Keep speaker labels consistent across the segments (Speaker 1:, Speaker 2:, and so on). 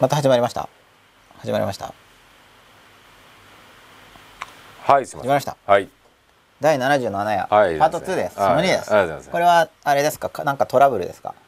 Speaker 1: また始まりました。始まりました。
Speaker 2: はい、すみません。
Speaker 1: 始まりました。
Speaker 2: はい。
Speaker 1: 第77夜、
Speaker 2: はい、
Speaker 1: パート2です。その2です。
Speaker 2: ありがとうございます。
Speaker 1: これはあれですか、なんかトラブルですか。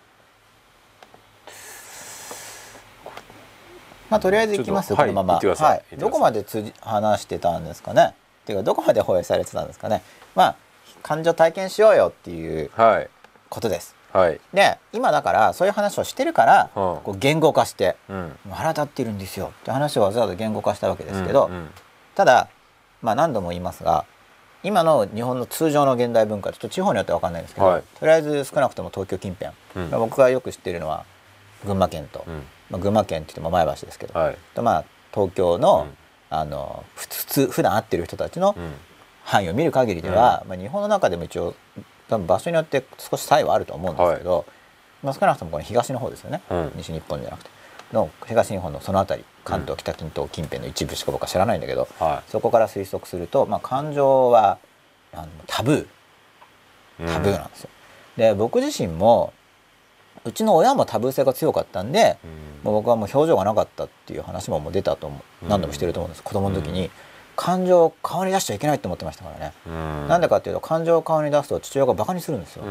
Speaker 1: まあとりあえず行きますよ、このまま。はい。どこまで話してたんですかね。っていうかどこまで放映されてたんですかね。まあ感情体験しようよっていうことです。
Speaker 2: はい。
Speaker 1: で今だからそういう話をしてるから、こう言語化して、腹立ってるんですよって話をわざわざ言語化したわけですけど、ただまあ何度も言いますが、今の日本の通常の現代文化ちょっと地方によっては分かんないんですけど、とりあえず少なくとも東京近辺、僕がよく知っているのは群馬県と、群馬県って言っても前橋ですけど、とまあ東京の、普段会ってる人たちの範囲を見る限りでは、まあ、日本の中でも一応多分場所によって少し差異はあると思うんですけど、まあ、少なくともこの東の方ですよね、西日本じゃなくての東日本のその辺り、関東、北近東近辺の一部しか僕は知らないんだけど、そこから推測すると、まあ、感情はタブーなんですよ。で僕自身もうちの親もタブー性が強かったんで、もう僕はもう表情がなかったっていう話ももう出たと何度もしてると思うんです。子供の時に感情を顔に出しちゃいけないって思ってましたからね。なんでかっていうと感情を顔に出すと父親がバカにするんですよ。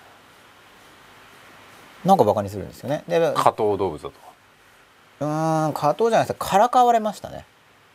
Speaker 1: なんかバカにするんですよね。で
Speaker 2: 下等動物だと。
Speaker 1: 下等じゃないですか、からかわれましたね。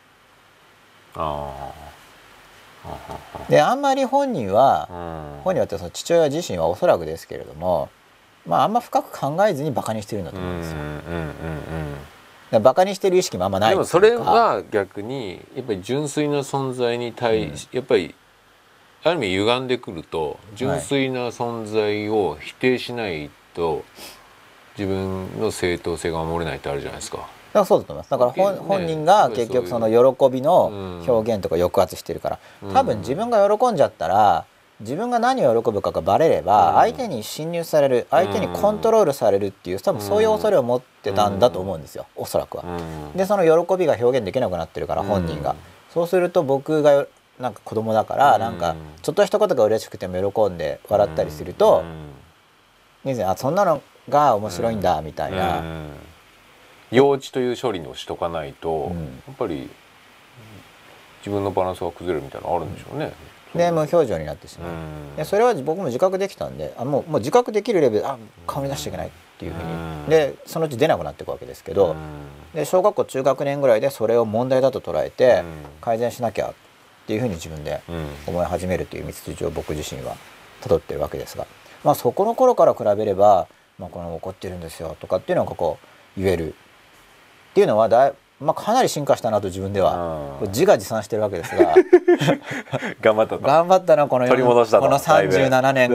Speaker 1: であんまり本人はってその父親自身はおそらくですけれども、まああんま深く考えずにバカにしてるんだと思うんですよ。バカにしてる意識もあんまない。
Speaker 2: でもそれは逆にやっぱり純粋な存在に対し、やっぱりある意味歪んでくると、純粋な存在を否定しないと自分の正当性が守れないってあるじゃないですか。
Speaker 1: だからそうだと思います。だから本人が結局その喜びの表現とか抑圧してるから、多分自分が喜んじゃったら自分が何を喜ぶかがバレれば相手に侵入される、相手にコントロールされるっていう、多分そういう恐れを持ってたんだと思うんですよ、おそらくは。でその喜びが表現できなくなってるから本人が、そうすると僕がなんか子供だからなんかちょっとしたことが嬉しくても喜んで笑ったりすると、そんなのが面白いんだみたいな、
Speaker 2: 幼稚という処理をしとかないと、やっぱり自分のバランスが崩れるみたいなのあるんでしょうね。
Speaker 1: で無表情になってしまう。でそれは僕も自覚できたんで、もう自覚できるレベルで顔に出しちゃいけないっていうふうに、でそのうち出なくなっていくわけですけど、で小学校中学年ぐらいでそれを問題だと捉えて改善しなきゃっていうふうに自分で思い始めるという道筋を僕自身は辿ってるわけですが、まあそこの頃から比べれば、まあ、この怒ってるんですよとかっていうのがこう言えるっていうのはまあ、かなり進化したなと自分では自画自賛してるわけですが
Speaker 2: 頑張
Speaker 1: ったなこの37年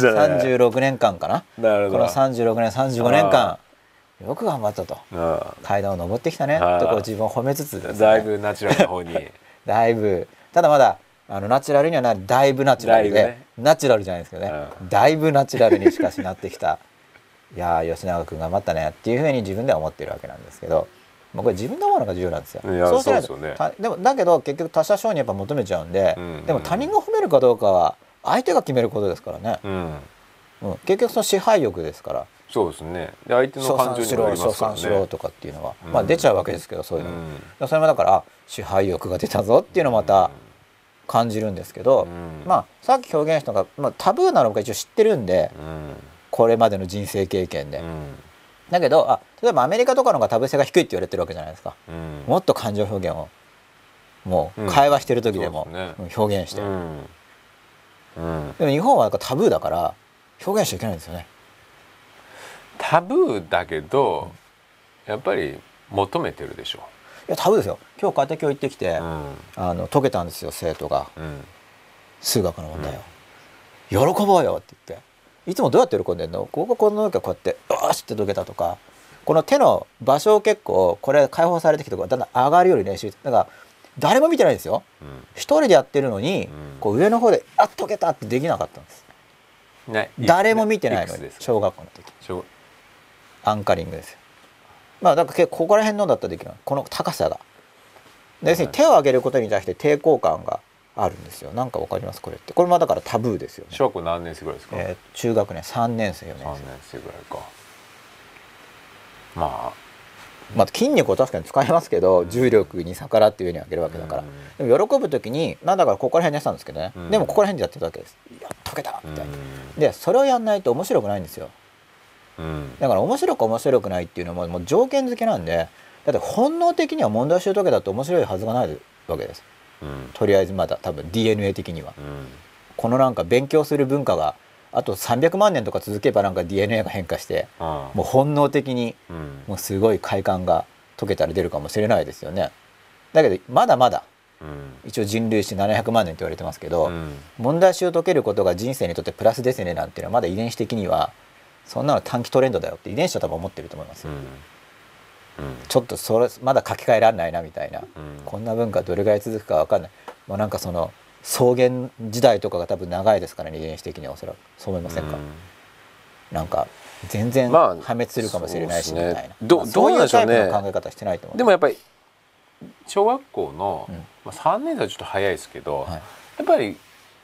Speaker 1: 36年間かな、この36年35年間よく頑張ったと、階段を上ってきたねとこう自分を褒めつつですね、
Speaker 2: だいぶナチュラルな方に
Speaker 1: だいぶ、ただまだナチュラルにはなる、だいぶナチュラルで、ナチュラルじゃないですけどね、だいぶナチュラルにしかしなってきたいや吉永君頑張ったねっていうふうに自分では思ってるわけなんですけど、これ自分のものが重要なんですよ。そうしないとでもだけど結局他者承認やっぱ求めちゃうんで、でも他人が褒めるかどうかは相手が決めることですからね、結局その支配欲ですから。
Speaker 2: そうですね。で相手の感情にもよりますからね。
Speaker 1: 称賛しろとかっていうのは、まあ出ちゃうわけですけど、そういうの、それもだから支配欲が出たぞっていうのをまた感じるんですけど、まあさっき表現したのが、まあ、タブーなのか一応知ってるんで、これまでの人生経験で。だけど例えばアメリカとかの方がタブー性が低いって言われてるわけじゃないですか、もっと感情表現をもう会話してる時でも表現して、でも日本はなんかタブーだから表現しちゃいけないんですよね。
Speaker 2: タブーだけど、やっぱり求めてるでしょ。
Speaker 1: いやタブーですよ。今日家庭教行ってきて、解けたんですよ生徒が、数学の問題を、喜ぼうよって言って、いつもどうやって喜んでんの？この時はこうやってよしって解けたとか、この手の場所を結構これ解放されてきてだんだん上がるように練習、だから誰も見てないんですよ、一人でやってるのに、こう上の方で解けたってできなかったんです、誰も見てないのに。小学校の時アンカリングですよ。まあだから結構ここら辺のだったらできる、この高さが要するに手を上げることに対して抵抗感があるんですよ。なんかわかりますこれって？これもだからタブーですよね。
Speaker 2: 小学校何年生ぐらいですか？
Speaker 1: 中学年3年生4年生。
Speaker 2: 3年生ぐらいか。まあ
Speaker 1: まあ、筋肉を確かに使いますけど、重力に逆らって上に上げるわけだから、でも喜ぶ時にだからここら辺でやってたんですけどね、でもここら辺でやってたわけです。やっとけたみたいな。でそれをやんないと面白くないんですよ。だから面白くないっていうのももう条件付けなんで、だって本能的には問題集解けだと面白いはずがないわけです、とりあえずまだ多分 DNA 的には、このなんか勉強する文化があと300万年とか続けばなんか DNA が変化して、もう本能的にもうすごい快感が解けたら出るかもしれないですよね。だけどまだまだ一応人類史700万年って言われてますけど、問題集を解けることが人生にとってプラスですねなんていうのはまだ遺伝子的にはそんなの短期トレンドだよって遺伝子は多分思ってると思いますよ。ちょっとそれまだ書き換えられないなみたいな、こんな文化どれぐらい続くか分かんない、もうなんかその草原時代とかが多分長いですからね、遺伝子的にはおそらくそう思いませんか。なんか全然破滅するかもしれないしみたいな、そういうタイプの考え方してないと思う。
Speaker 2: でもやっぱり小学校の、3年生はちょっと早いですけど、やっぱり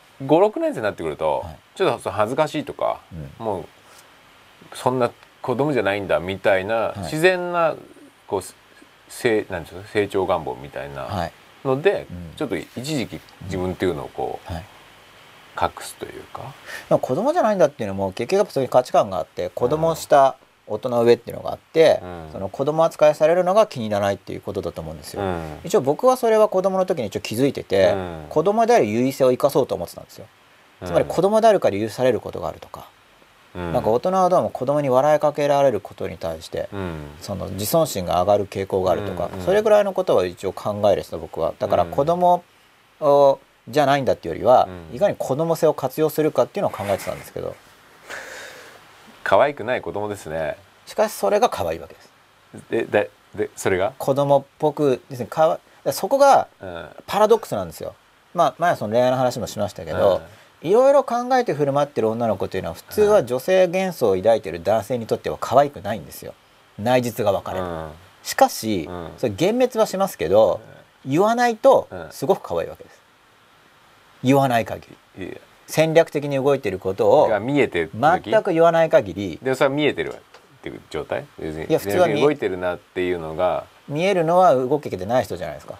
Speaker 2: 56年生になってくると、ちょっと恥ずかしいとか、もうそんな子供じゃないんだみたいな、自然なこうなんですか、成長願望みたいなので、ちょっと一時期自分っていうのをこう、隠すというか、
Speaker 1: 子供じゃないんだっていうのも結局そういう価値観があって、子供下、大人上っていうのがあって、その子供扱いされるのが気に入らないっていうことだと思うんですよ。一応僕はそれは子供の時に一応気づいてて、子供である優位性を生かそうと思ってたんですよ。つまり子供であるから許されることがあるとか、なんか大人はどうも子供に笑いかけられることに対して、その自尊心が上がる傾向があるとか、それぐらいのことは一応考える人僕は。だから子供じゃないんだっていうよりは、いかに子供性を活用するかっていうのを考えてたんですけど、
Speaker 2: 可愛くない子供ですね。
Speaker 1: しかしそれが可愛いわけです。
Speaker 2: でそれが
Speaker 1: 子供っぽくですね、そこがパラドックスなんですよ。まあ前はその恋愛の話もしましたけど、いろいろ考えて振る舞ってる女の子というのは普通は女性幻想を抱いている男性にとっては可愛くないんですよ。内実が分かれる。しかしそれ幻滅はしますけど、言わないとすごく可愛いわけです。言わない限り、戦略的に動いていることを全く言わない限り、
Speaker 2: でそれは見えてるっていう状態、
Speaker 1: いや普通は
Speaker 2: 動いてるなっていうのが
Speaker 1: 見えるのは動けてない人じゃないですか。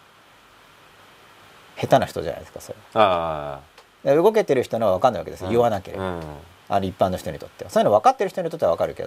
Speaker 1: 下手な人じゃないですかそれ。動けてる人のは分かんないわけですよ、言わなければ、一般の人にとっては。そういうの分かってる人にとっては分かるけ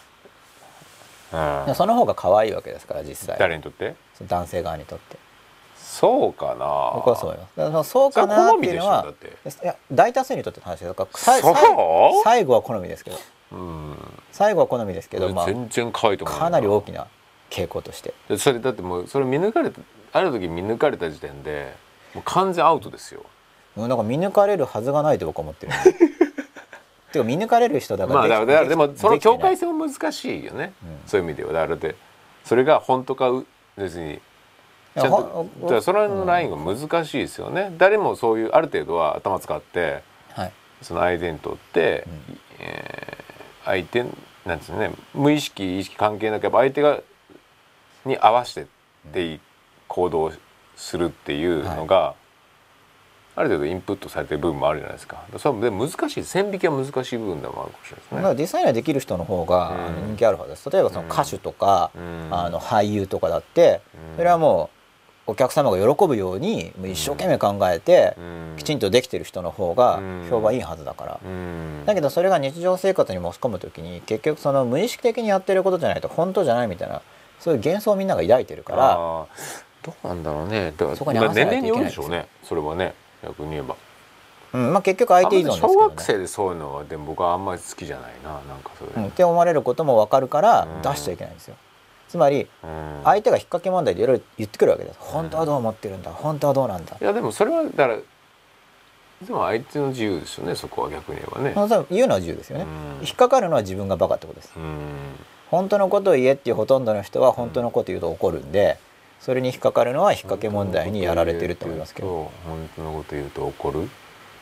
Speaker 1: ど、その方が可愛いわけですから実際。
Speaker 2: 誰にとって？
Speaker 1: 男性側にとって。
Speaker 2: そうかな。
Speaker 1: 僕はそう思います。だからそうかなっていうのは、いや大多数にとっての話ですから、最後は好みですけど、最後は好みですけど、
Speaker 2: 全然可愛いと思う。
Speaker 1: かなり大きな傾向として。
Speaker 2: それだってもうそれ見抜かれた、ある時見抜かれた時点でもう完全アウトですよ。
Speaker 1: なんか見抜かれるはずがないと僕は思ってるんで。てか見抜かれる人だから。
Speaker 2: だからでもその境界線も難しいよね。そういう意味では。だからそれが本当か別に。ちゃんとそれのラインが難しいですよね。誰もそういうある程度は頭使って、その相手にとって、相手なんですよね、無意識意識関係なくやっぱ相手に合わせてって行動するっていうのが、ある程度インプットされてる部分もあるじゃないですか。それで難しい、線引きは難しい部分でもあるかもしれないですね。
Speaker 1: だから実際にはできる人の方が人気あるはずです。例えばその歌手とか、俳優とかだって、それはもうお客様が喜ぶように一生懸命考えてきちんとできてる人の方が評判いいはずだから。だけどそれが日常生活に持ち込む時に結局その無意識的にやってることじゃないと本当じゃないみたいな、そういう幻想をみんなが抱いてるから。
Speaker 2: どうなんだろうね。だから
Speaker 1: そこに合わせないといけない
Speaker 2: 年齢によるでしょうね。それはね、逆に言えば。
Speaker 1: 結局相手依存ですけどね。
Speaker 2: 小学生でそういうのはでも僕はあんまり好きじゃないな。なんかそれ。
Speaker 1: って思われることも分かるから出しちゃいけないんですよ。つまり相手が引っ掛け問題でいろいろ言ってくるわけです。本当はどう思ってるんだ、本当はどうなんだ。
Speaker 2: いやでもそれはだからでも相手の自由ですよね。そこは逆に言えばね。
Speaker 1: 言うのは自由ですよね。引っかかるのは自分がバカってことです。本当のことを言えっていうほとんどの人は本当のこと言うと怒るんで、それに引っかかるのは引っ掛け問題にやられてると思いますけど。
Speaker 2: 本当のこと言うと怒る。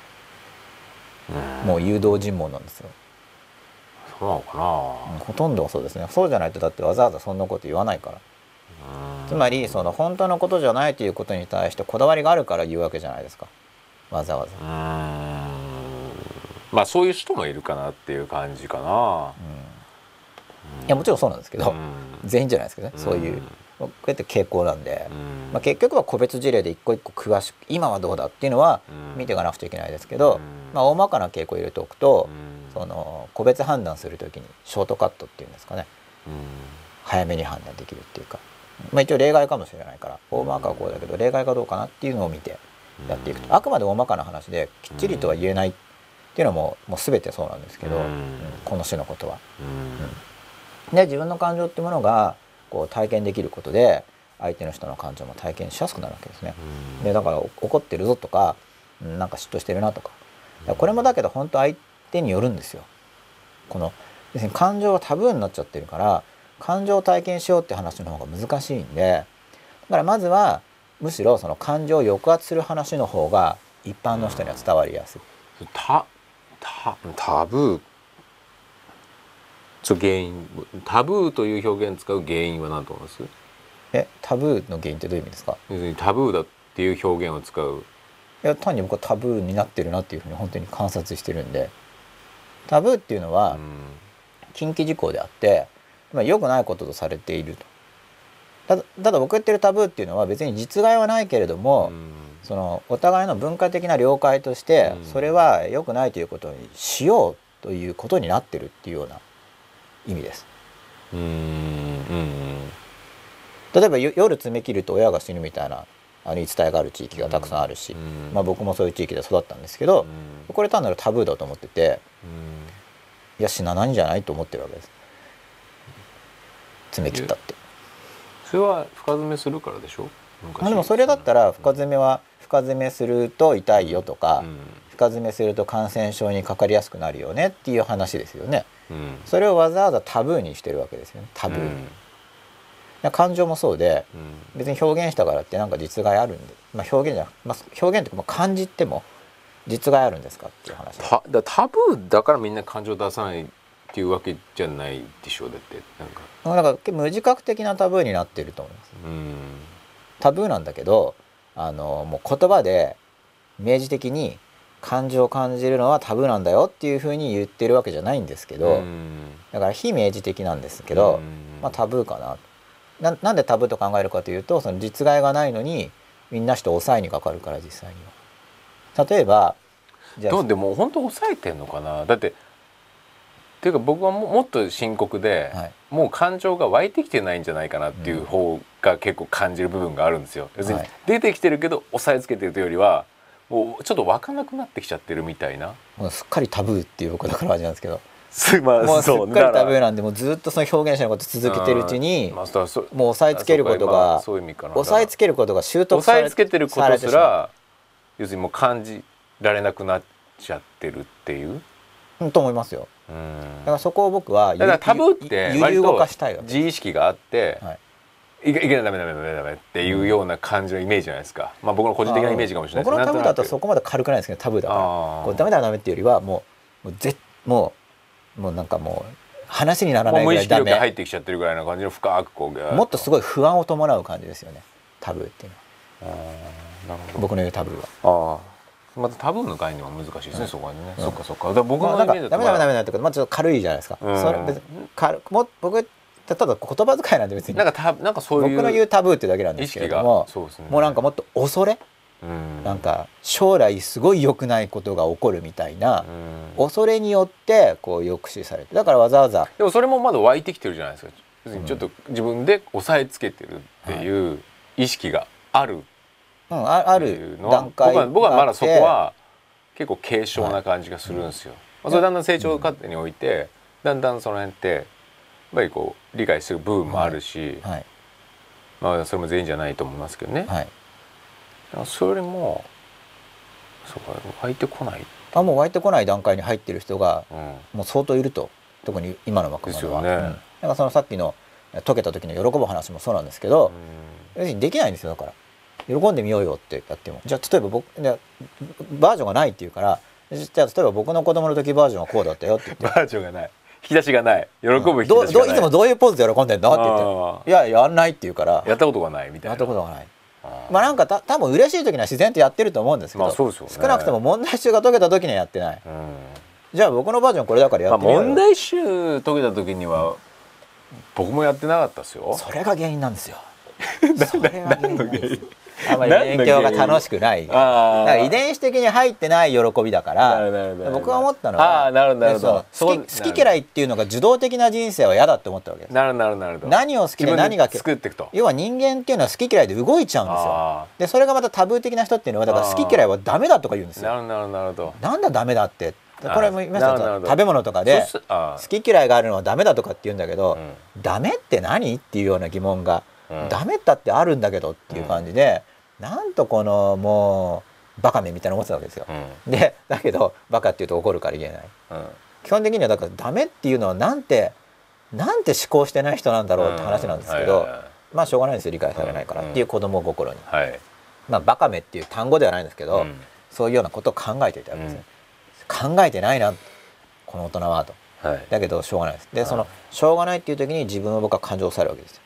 Speaker 1: もう誘導尋問なんですよ。
Speaker 2: そうなのかな。
Speaker 1: ほとんどはそうですね。そうじゃないとだってわざわざそんなこと言わないから。つまりその本当のことじゃないということに対してこだわりがあるから言うわけじゃないですか、わざわざ。
Speaker 2: まあそういう人もいるかなっていう感じかな。
Speaker 1: やもちろんそうなんですけど、全員じゃないですけどね、そういうこうやって傾向なんで、結局は個別事例で一個一個詳しく今はどうだっていうのは見ていかなくちゃいけないですけど、大まかな傾向を入れておくと、その個別判断する時にショートカットっていうんですかね、早めに判断できるっていうか、一応例外かもしれないから大まかはこうだけど例外かどうかなっていうのを見てやっていくと、あくまで大まかな話できっちりとは言えないっていうのももう全てそうなんですけど、この種のことは。で自分の感情っていうものがこう体験できることで相手の人の感情も体験しやすくなるわけですね。でだから怒ってるぞとかなんか嫉妬してるなとか、これもだけど本当相手によるんですよ。この要するに感情はタブーになっちゃってるから感情を体験しようって話の方が難しいんで、だからまずはむしろその感情を抑圧する話の方が一般の人には伝わりやすい。
Speaker 2: タブー原因、タブーという表現を使う原因は何と思います？
Speaker 1: タブーの原因ってどういう意味ですか？
Speaker 2: 要するにタブーだっていう表現を使う。
Speaker 1: いや単に僕はタブーになってるなっていうふうに本当に観察してるんで、タブーっていうのは禁忌事項であって、良くないこととされていると。ただ僕が言ってるタブーっていうのは別に実害はないけれども、そのお互いの文化的な了解としてそれは良くないということにしようということになってるっていうような意味です。例えば夜爪切ると親が死ぬみたいな言い伝えがある地域がたくさんあるし、僕もそういう地域で育ったんですけど、これ単なるタブーだと思ってて、いや死なないんじゃないと思ってるわけです。爪切ったって。
Speaker 2: それは深爪するからでしょ？
Speaker 1: でもそれだったら深爪すると痛いよとか、深爪すると感染症にかかりやすくなるよねっていう話ですよね。それをわざわざタブーにしてるわけですよね。タブーに、感情もそうで、別に表現したからってなんか実害あるんで、表現っていうか感じても実害あるんですかっていう話。
Speaker 2: タブーだからみんな感情出さないっていうわけじゃないでしょう。だって
Speaker 1: なんか無自覚的なタブーになってると思います。タブーなんだけどもう言葉で明示的に感情を感じるのはタブーなんだよっていうふうに言ってるわけじゃないんですけど、だから非明示的なんですけど、タブーかな。なんでタブーと考えるかというと、その実害がないのにみんなして抑えにかかるから。実際には例えば
Speaker 2: じゃあでも本当抑えてんのかな。だってっていうか僕はもっと深刻で、もう感情が湧いてきてないんじゃないかなっていう方が結構感じる部分があるんですよ。要するに出てきてるけど抑えつけてるというよりはもうちょっと湧かなくなってきちゃってるみたいな。
Speaker 1: もうすっかりタブーっていう僕だからあれなんですけど、
Speaker 2: も
Speaker 1: うすっかりタブーなんでもうずっとその表現しないこと続けてるうちに、もう抑えつけることが抑えつけることが習得され
Speaker 2: 抑えつけてることすら要するにもう感じられなくなっちゃってるっていう
Speaker 1: と思いますよ。だからそこを僕は
Speaker 2: だからタブーって割と自意識があって、いけないダメっていうような感じのイメージじゃないですか。僕の個人的なイメージかもしれないです。
Speaker 1: 僕のタブーだとそこまで軽くないですけど、タブーだからこうダメっていうよりはもうなんかもう話にならないぐらいダメ、
Speaker 2: 無意識力が入ってきちゃってるぐらいな感じの深くこう
Speaker 1: もっとすごい不安を伴う感じですよね、タブーっていうのは。なるほど。僕の言うタブーは
Speaker 2: またタブーの概念は難しいですね、そこはね。そっかそっか。だから僕のイメージだと
Speaker 1: ダメってこと、ちょっと軽いじゃないですか。それ別に僕ただ言葉遣いなんで別に
Speaker 2: なんかそういう
Speaker 1: 僕の言うタブーってだけなんですけれども、もうなんかもっと恐れ、なんか将来すごい良くないことが起こるみたいな恐れによってこう抑止されて、だからわざわざ
Speaker 2: でもそれもまだ湧いてきてるじゃないですか。ちょっと自分で抑えつけてるっていう意識がある、
Speaker 1: ある段階があって、
Speaker 2: 僕はまだそこは結構軽症な感じがするんですよ。それだんだん成長過程においてだんだんその辺ってやっぱりこう理解する部分もあるし、それも全員じゃないと思いますけどね。それもそうか湧いてこない。
Speaker 1: もう湧いてこない段階に入ってる人がもう相当いると、特に今の若者は。だからそのさっきの解けた時の喜ぶ話もそうなんですけど、要するにできないんですよ。だから喜んでみようよってやっても、じゃあ例えば僕バージョンがないっていうから、じゃあ例えば僕の子供の時バージョンはこうだったよって言って、
Speaker 2: バージョンがない、引き出しがない、喜ぶ引き出しがない、
Speaker 1: いつもどういうポーズで喜んでんのって言って、いややんないって言うから、
Speaker 2: やったことがないみたいな。
Speaker 1: やったことがない。なんか多分嬉しい時には自然とやってると思うんですけど、少なくとも問題集が解けた時にはやってない。じゃあ僕のバージョンこれだからやってみようよ。
Speaker 2: 問題集解けた時には僕もやってなかったですよ。
Speaker 1: それが原因なんですよ。それが原因なんですよ。あまり
Speaker 2: 何の原因
Speaker 1: 勉強が楽しくない。だから遺伝子的に入ってない喜びだから、僕が思ったのは、好き嫌いっていうのが受動的な人生は嫌だって思ったわけです。
Speaker 2: なるほど。
Speaker 1: 何を好きで何が
Speaker 2: 作っていくと。
Speaker 1: 要は人間っていうのは好き嫌いで動いちゃうんですよ。でそれがまたタブー的な人っていうのはだから好き嫌いはダメだとか言うんですよ。
Speaker 2: なるほど。
Speaker 1: なんだダメだって。これも言いましたよ。食べ物とかで好き嫌いがあるのはダメだとかって言うんだけど、ダメって何っていうような疑問が、ダメだってあるんだけどっていう感じで、なんとこのもうバカめみたいな思ってたわけですよ。でだけどバカって言うと怒るから言えない。基本的にはだからダメっていうのはなんて思考してない人なんだろうって話なんですけど、まあしょうがないですよ、理解されないからっていう子供心に、まあバカめっていう単語ではないんですけど、そういうようなことを考えていたわけですね。考えてないなこの大人はと、だけどしょうがないです。でそのしょうがないっていう時に自分を僕は感情を抑えるわけですよ。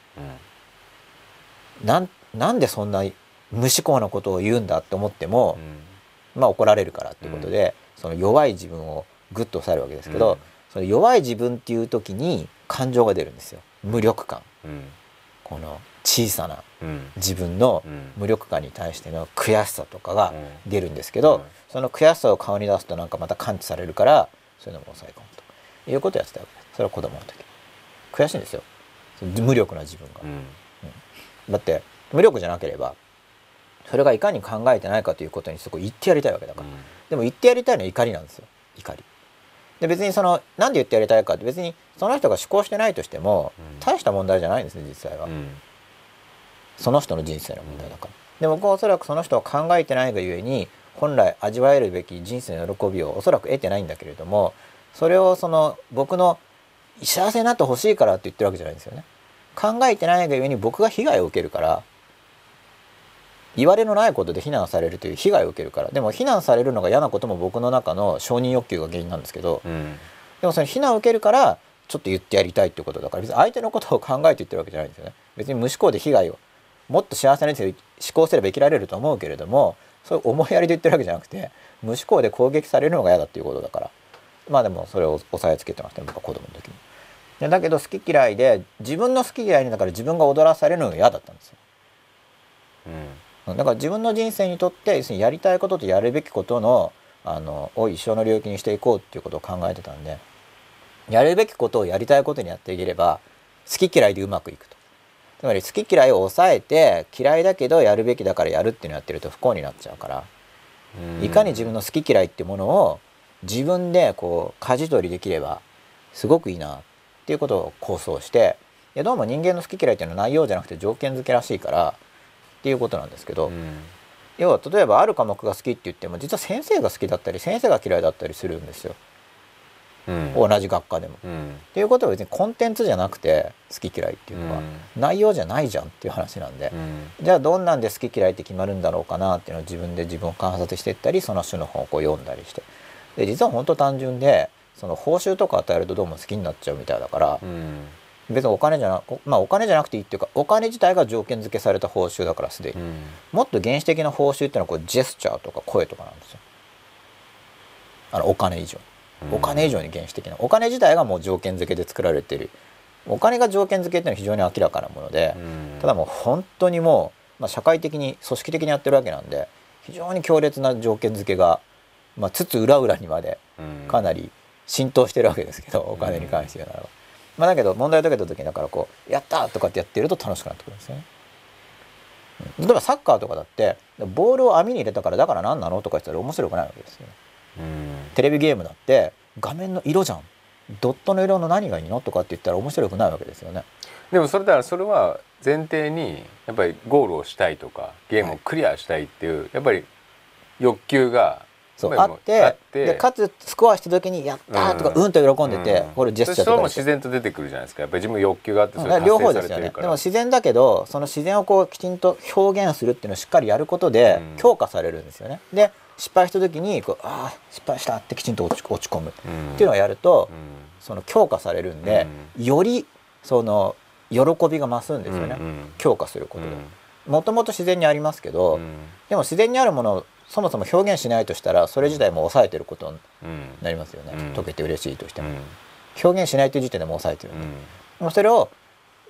Speaker 1: なんでそんな無思考なことを言うんだって思っても、まあ怒られるからっていうことで、その弱い自分をグッと抑えるわけですけど、その弱い自分っていう時に感情が出るんですよ。無力感、この小さな自分の無力感に対しての悔しさとかが出るんですけど、その悔しさを顔に出すとなんかまた感知されるから、そういうのも抑え込むということをやってたわけです。それは子供の時悔しいんですよ、無力な自分が。だって無力じゃなければそれがいかに考えてないかということにそこ言ってやりたいわけだから、でも言ってやりたいのは怒りなんですよ。怒りで、別にそのなんで言ってやりたいかって、別にその人が思考してないとしても大した問題じゃないんですね、実際は。その人の人生の問題だから。で僕はおそらくその人は考えてないがゆえに本来味わえるべき人生の喜びをおそらく得てないんだけれども、それをその僕の幸せになってほしいからって言ってるわけじゃないんですよね。考えてないがゆえに僕が被害を受けるから、言われのないことで非難されるという被害を受けるから。でも非難されるのが嫌なことも僕の中の承認欲求が原因なんですけど、でもその非難を受けるからちょっと言ってやりたいっていうことだから、別に相手のことを考えて言ってるわけじゃないんですよね。別に無思考で被害をもっと幸せな人に思考すれば生きられると思うけれども、そういう思いやりで言ってるわけじゃなくて、無思考で攻撃されるのが嫌だっていうことだから。まあでもそれを押さえつけてましたね、僕は子供の時に。だけど好き嫌いで自分の好き嫌いにだから自分が踊らされるのが嫌だったんですよ。だから自分の人生にとって要するにやりたいこととやるべきことのを一生の領域にしていこうっていうことを考えてたんで、やるべきことをやりたいことにやっていければ好き嫌いでうまくいくと。つまり好き嫌いを抑えて、嫌いだけどやるべきだからやるっていうのをやってると不幸になっちゃうから、いかに自分の好き嫌いっていうものを自分でこう舵取りできればすごくいいなっていうことを構想して、いやどうも人間の好き嫌いっていうのは内容じゃなくて条件付けらしいからっていうことなんですけど、要は例えばある科目が好きって言っても実は先生が好きだったり先生が嫌いだったりするんですよ、同じ学科でも。っていうことは別にコンテンツじゃなくて好き嫌いっていうのは内容じゃないじゃんっていう話なんで、じゃあどんなんで好き嫌いって決まるんだろうかなっていうのを自分で自分を観察していったり、その種の本をこう読んだりして、で実は本当単純で、その報酬とか与えるとどうも好きになっちゃうみたいだから、別にお金じゃなくていいっていうか、お金自体が条件付けされた報酬だからすでに、もっと原始的な報酬っていうのはこうジェスチャーとか声とかなんですよ。お金以上お金以上に原始的な、お金自体がもう条件付けで作られている、お金が条件付けっていうのは非常に明らかなもので、ただもう本当にもう、社会的に組織的にやってるわけなんで、非常に強烈な条件付けが、つつ裏裏にまでかなり浸透してるわけですけど、お金に関してはならば、だけど問題を解けた時にだからこうやったとかってやってると楽しくなってくるんですよね。例えばサッカーとかだってボールを網に入れたからだから何なのとか言ったら面白くないわけですよね。テレビゲームだって画面の色じゃん、ドットの色の何がいいのとかって言ったら面白くないわけですよね。
Speaker 2: でもそれは前提にやっぱりゴールをしたいとかゲームをクリアしたいっていう、やっぱり欲求が
Speaker 1: あって、でかつスコアした時にやったとかうんと喜んでて、これジェスチャーとか
Speaker 2: それも自然と出てくるじゃないですか。やっぱり自分の欲求があってそれ達
Speaker 1: 両方
Speaker 2: 成さ
Speaker 1: ですよね。
Speaker 2: れてるから。
Speaker 1: でも自然だけど、その自然をこうきちんと表現するっていうのをしっかりやることで強化されるんですよね。で失敗した時にこう失敗したってきちんと落ち込むっていうのをやると、その強化されるんで、よりその喜びが増すんですよね、強化することで。もともと自然にありますけど、でも自然にあるものをそもそも表現しないとしたらそれ自体も抑えてることになりますよね、解けて嬉しいとしても、表現しないという時点でも抑えてるんで、でもそれを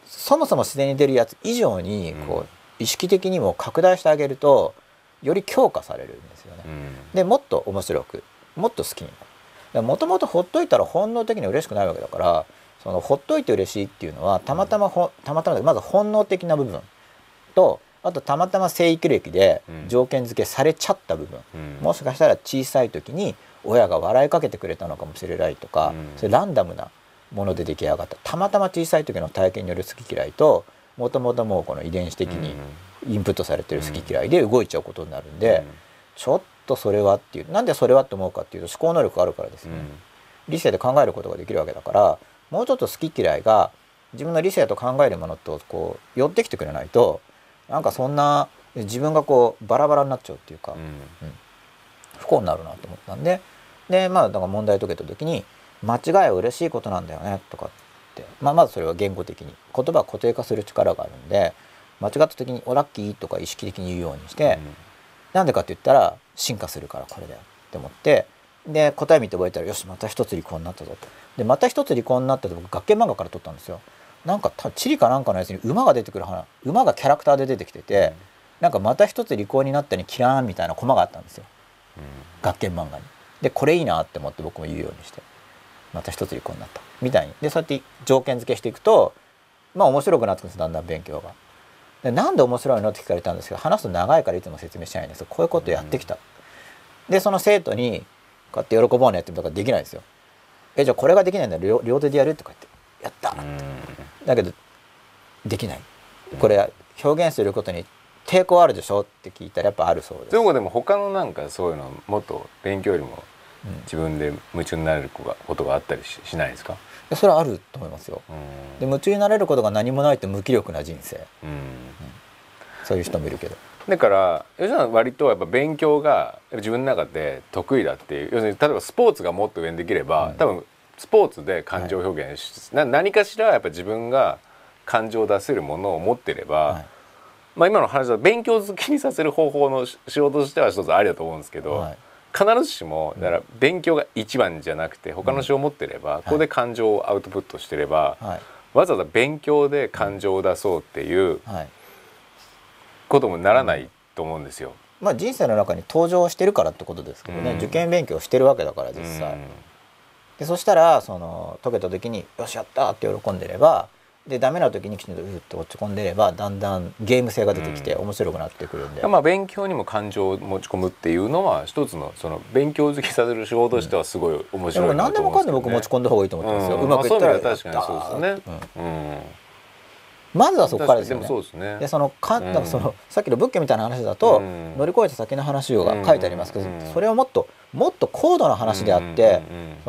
Speaker 1: そもそも自然に出るやつ以上にこう意識的にも拡大してあげるとより強化されるんですよね。でもっと面白くもっと好きになる。もともとほっといたら本能的に嬉しくないわけだから、そのほっといて嬉しいっていうのはたまたままず本能的な部分と、あとたまたま生育歴で条件付けされちゃった部分、もしかしたら小さい時に親が笑いかけてくれたのかもしれないとか、そういうランダムなもので出来上がったたまたま小さい時の体験による好き嫌いと、もともともうこの遺伝子的にインプットされてる好き嫌いで動いちゃうことになるんで、ちょっとそれはっていう、なんでそれはって思うかっていうと思考能力があるからですね。理性で考えることができるわけだから、もうちょっと好き嫌いが自分の理性と考えるものとこう寄ってきてくれないと、なんかそんな自分がこうバラバラになっちゃうっていうか、不幸になるなと思ったんで、まあだから問題解けた時に間違いは嬉しいことなんだよねとかって、まずそれは言語的に言葉を固定化する力があるんで、間違った時に「おラッキー」とか意識的に言うようにして、なんでかって言ったら進化するからこれだよって思って、で答え見て覚えたらよしまた一つ離婚になったぞと。でまた一つ離婚になったと僕学研漫画から撮ったんですよ。なんか地理かなんかのやつに馬が出てくる話、馬がキャラクターで出てきてて、なんかまた一つ離婚になったにキラーンみたいなコマがあったんですよ、学研漫画に。でこれいいなって思って僕も言うようにして、また一つ離婚になったみたいに。でそうやって条件付けしていくとまあ面白くなってくるんです、だんだん勉強が。でなんで面白いのって聞かれたんですけど、話すと長いからいつも説明しないんですよ。こういうことやってきた。でその生徒にこうやって喜ぼうねって言ったらできないんですよ。じゃあこれができないんだら両手でやるとか言ってやっただけどできない。これ表現することに抵抗あるでしょって聞いたらやっぱあるそうです。
Speaker 2: でも他のなんかそういうのもっと勉強よりも自分で夢中になれることがあったり しないですか？
Speaker 1: それはあると思いますよ。で夢中になれることが何もないと無気力な人生、そういう人もいるけど。
Speaker 2: だから吉野さん割とやっぱ勉強が自分の中で得意だっていう、要するに例えばスポーツがもっと上にできれば、多分スポーツで感情表現し、何かしらやっぱ自分が感情を出せるものを持ってれば、まあ今の話は勉強好きにさせる方法の仕事としては一つありだと思うんですけど、必ずしもだから勉強が一番じゃなくて他の仕事を持ってれば、ここで感情をアウトプットしてれば、わざわざ勉強で感情を出そうっていうこともならないと思うんですよ。
Speaker 1: まあ人生の中に登場してるからってことですけどね、受験勉強してるわけだから実際。でそしたらその解けた時に「よしやった!」って喜んでれば、でダメな時にきちんとうって落ち込んでれば、だんだんゲーム性が出てきて面白くなってくるんで、
Speaker 2: まあ勉強にも感情を持ち込むっていうのは一つのその勉強好きさせる仕事としてはすごい面白いなと思うんですけどね。
Speaker 1: 何でもかんでも僕持ち込んだ方がいいと思ってますよ。うまくいったらやった。
Speaker 2: 確かにそうですね。
Speaker 1: まずはそこからですよね。
Speaker 2: でもそうですね。
Speaker 1: でなんかそのさっきの仏教みたいな話だと、乗り越えた先の話が書いてありますけど、それはもっと高度な話であって、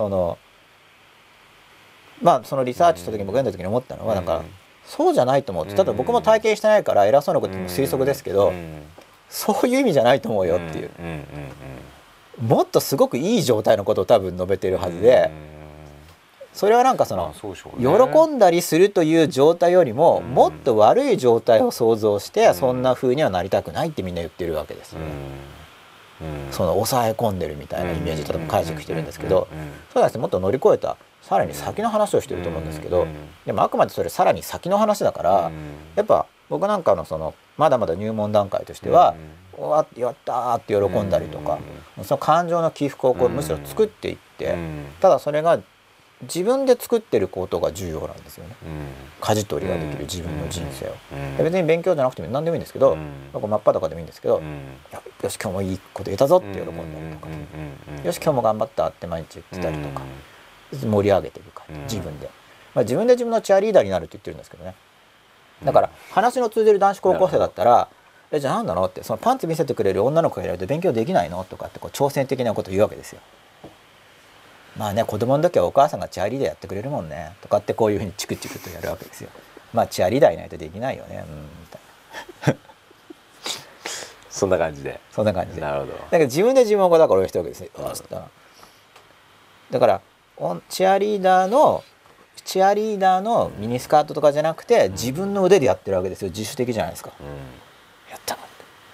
Speaker 1: まあそのリサーチした時に僕読んだ時に思ったのは、なんかそうじゃないと思うって。ただ僕も体験してないから偉そうなことも推測ですけど、そういう意味じゃないと思うよっていう、もっとすごくいい状態のことを多分述べてるはずで、それはなんかその喜んだりするという状態よりももっと悪い状態を想像して、そんな風にはなりたくないってみんな言ってるわけですよね。その抑え込んでるみたいなイメージで例えば解釈してるんですけど、そうですね、もっと乗り越えたさらに先の話をしてると思うんですけど、でもあくまでそれさらに先の話だから、やっぱ僕なんかのそのまだまだ入門段階としては「おわやった!」って喜んだりとか、その感情の起伏をこうむしろ作っていって、ただそれが自分で作ってることが重要なんですよね。舵取りができる自分の人生を。別に勉強じゃなくても何でもいいんですけど、真っ裸でもいいんですけど、よし今日もいいこと言えたぞって喜んだりとか、よし今日も頑張ったって毎日言ってたりとか、盛り上げていくから自分で、自分で自分のチアリーダーになるって言ってるんですけどね。だから話の通じる男子高校生だったら「じゃあ何なの?」って、そのパンツ見せてくれる女の子がいると勉強できないのとかってこう挑戦的なことを言うわけですよ。まあね、子供の時はお母さんがチアリーダーやってくれるもんねとかってこういうふうにチクチクとやるわけですよ。まあチアリーダーいないとできないよね、みたいな
Speaker 2: そんな感じで。
Speaker 1: そんな感じで。
Speaker 2: なるほど。
Speaker 1: だから自分で自分をだから応援してるわけですね。だからチアリーダーのミニスカートとかじゃなくて、自分の腕でやってるわけですよ。自主的じゃないですか。やったって、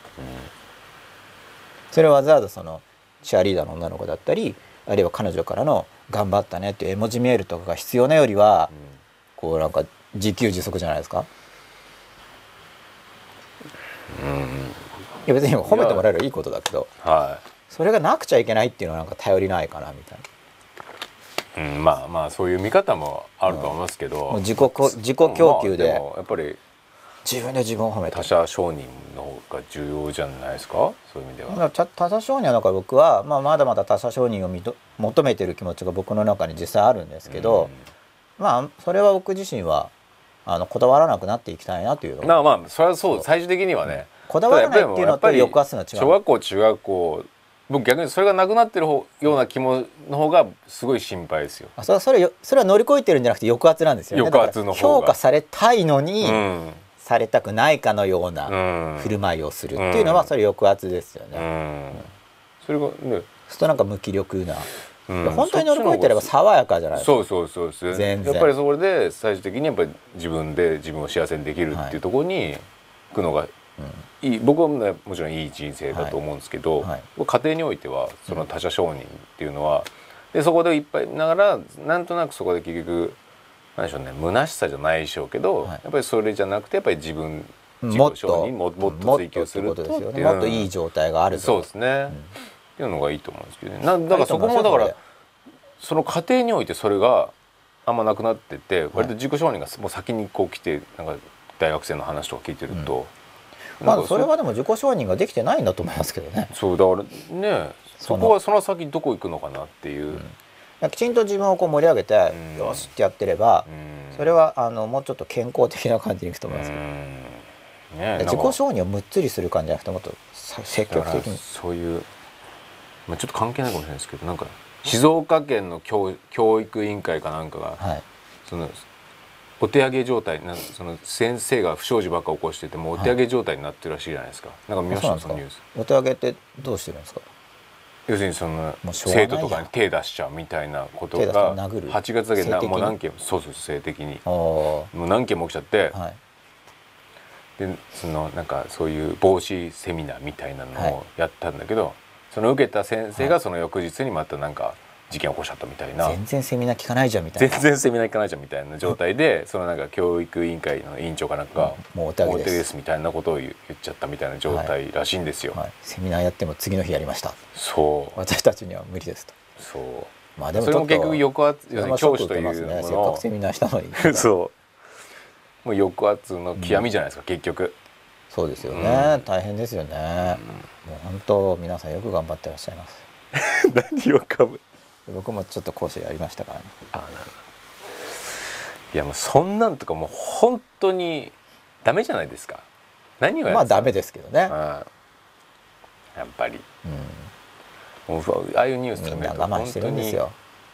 Speaker 1: それをわざわざそのチアリーダーの女の子だったり、あるいは彼女からの「頑張ったね」っていう絵文字メールとかが必要なよりは、こうなんか自給自足じゃないですか。
Speaker 2: うん、
Speaker 1: いや別に褒めてもらえればいいことだけど、
Speaker 2: はい、
Speaker 1: それがなくちゃいけないっていうのはなんか頼りないかなみたいな。
Speaker 2: うん、まあまあそういう見方もあると思いますけど、
Speaker 1: もう自己供給で、
Speaker 2: まあ、でもやっぱり
Speaker 1: 自分で自分を褒めて
Speaker 2: 他者承認の方が重要じゃないですか、そういう意味では。
Speaker 1: 他者承認はだから僕は、まあ、まだまだ他者承認を求めてる気持ちが僕の中に実際あるんですけど、まあそれは僕自身はこだわらなくなっていきたいなというの
Speaker 2: は。まあそれはそう、最終的にはね、
Speaker 1: こだわらないっていうのと抑圧の違う。
Speaker 2: 小学校中学校、僕逆にそれがなくなってるような気もの方がすごい心配ですよ。
Speaker 1: それは乗り越えてるんじゃなくて抑圧なんですよね。
Speaker 2: 抑圧の方が
Speaker 1: 評価されたいのに、されたくないかのような振る舞いをするっていうのはそれ抑圧ですよね。
Speaker 2: それがね、
Speaker 1: そうとなんか無気力な、本当に乗り越えてれば爽やかじゃないですか。
Speaker 2: そう全然やっぱりそれで最終的にやっぱり自分を幸せにできるっていうところに行くのがいい、僕は、ね、もちろんいい人生だと思うんですけど、家庭においてはその他者承認っていうのは、でそこでいっぱいながらなんとなくそこで結局何でしょうね、虚しさじゃないでしょうけど、やっぱりそれじゃなくてやっぱり自己承認もっと追求するとっていう、
Speaker 1: もっといい状態があると。
Speaker 2: そうですね、っていうのがいいと思うんですけどね。だからそこもだからその家庭においてそれがあんまなくなってて、割と自己承認がもう先にこう来て、なんか大学生の話とか聞いてると、
Speaker 1: まあそれはでも自己承認ができてないんだと思いますけどね。
Speaker 2: そうだからね、そこはその先どこ行くのかなっていう。
Speaker 1: きちんと自分をこう盛り上げて、よしってやってれば、それはもうちょっと健康的な感じにいくと思いますけど、自己承認をむっつりする感じじゃなくて、もっと積極的に。
Speaker 2: そういう、まあ、ちょっと関係ないかもしれないですけど、なんか静岡県の教育委員会かなんかが、そのお手上げ状態、その先生が不祥事ばっか起こしててもお手上げ状態になってるらしいじゃないですか。なんか見ましたそのニュース。
Speaker 1: お手上げってどうしてるんですか。
Speaker 2: 要するにその生徒とかに手出しちゃうみたいなことが8月だけでもう何件も、そう性的にもう何件も起きちゃって、でそのなんかそういう防止セミナーみたいなのをやったんだけど、その受けた先生がその翌日にまたなんか事件起こしちゃったみたいな、
Speaker 1: 全然セミナー聞かないじゃんみたいな、
Speaker 2: 全然セミナー聞かないじゃんみたいな状態で、そのなんか教育委員会の委員長かなんかが
Speaker 1: もうお手上げ
Speaker 2: ですみたいなことを言っちゃったみたいな状態らしいんですよ。
Speaker 1: セミナーやっても次の日やりました、
Speaker 2: そう
Speaker 1: 私たちには無理ですと。
Speaker 2: そう、
Speaker 1: まあでも
Speaker 2: それも結局抑圧、教師というもの
Speaker 1: せっかくセミナーしたのに
Speaker 2: そうもう抑圧の極みじゃないですか、結局。
Speaker 1: そうですよね、大変ですよね、もう本当皆さんよく頑張ってらっしゃいます。
Speaker 2: 何をかぶ、
Speaker 1: 僕もちょっと講師やりましたからね。
Speaker 2: いやもうそんなんとかもう本当にダメじゃないですか。何をやって、
Speaker 1: まあダメですけどね、
Speaker 2: やっぱり、もうああいうニュース
Speaker 1: みんな我慢してるんですよ。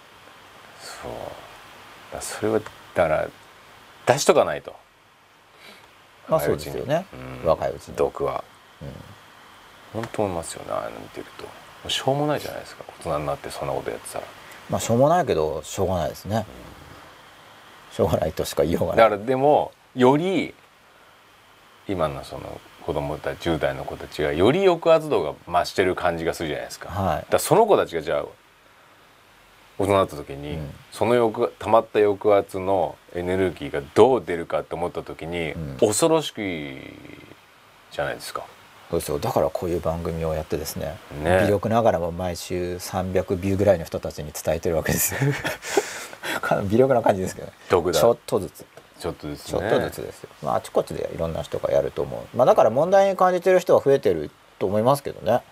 Speaker 2: そうそれはだから出しとかないと。
Speaker 1: まあそうですよね、若いうちに
Speaker 2: 毒は、本当思いますよね。ああいうの見てるとしょうもないじゃないですか、大人になってそんなことやってたら。
Speaker 1: まあしょうもないけどしょうがないですね、しょうがないとしか言いようがない。
Speaker 2: だからでもより今のその子供たち10代の子たちがより抑圧度が増してる感じがするじゃないですか。だからその子たちがじゃあ大人になった時に、その溜まった抑圧のエネルギーがどう出るかって思った時に、恐ろしくいいじゃないですか。
Speaker 1: そうですよ。だからこういう番組をやってですね、微力ながらも毎週300ビューぐらいの人たちに伝えてるわけですよ。微力な感じですけどね。ちょっとずつですよ。まああちこちでいろんな人がやると思う。まあだから問題に感じてる人は増えてると思いますけどね。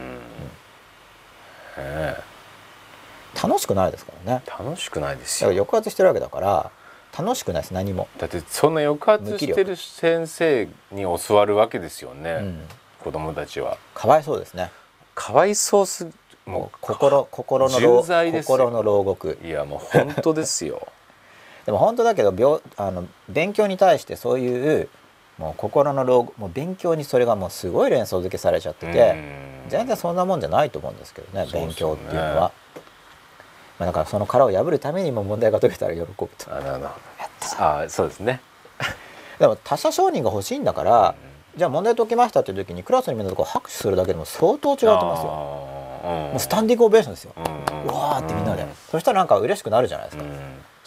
Speaker 1: 楽しくないですからね。
Speaker 2: 楽しくないですよ。
Speaker 1: だから抑圧してるわけだから楽しくないです、何も。
Speaker 2: だってそんな抑圧してる先生に教わるわけですよね、子供たちは。
Speaker 1: かわいそうですね。
Speaker 2: かわいそうす、
Speaker 1: もう心の牢獄。
Speaker 2: いやもう本当ですよ。
Speaker 1: でも本当だけど勉強に対してそういうもう心の牢獄、もう勉強にそれがもうすごい連想付けされちゃってて、全然そんなもんじゃないと思うんですけどね、勉強っていうのは。まあだからその殻を破るためにも問題が解けたら喜ぶと。
Speaker 2: そうですね。
Speaker 1: でも他者承認が欲しいんだから、じゃあ問題解けましたっていう時にクラスにみんなと拍手するだけでも相当違うと思いますよ。もうスタンディングオベーションですよ。うわーってみんなで。そしたらなんか嬉しくなるじゃないですか。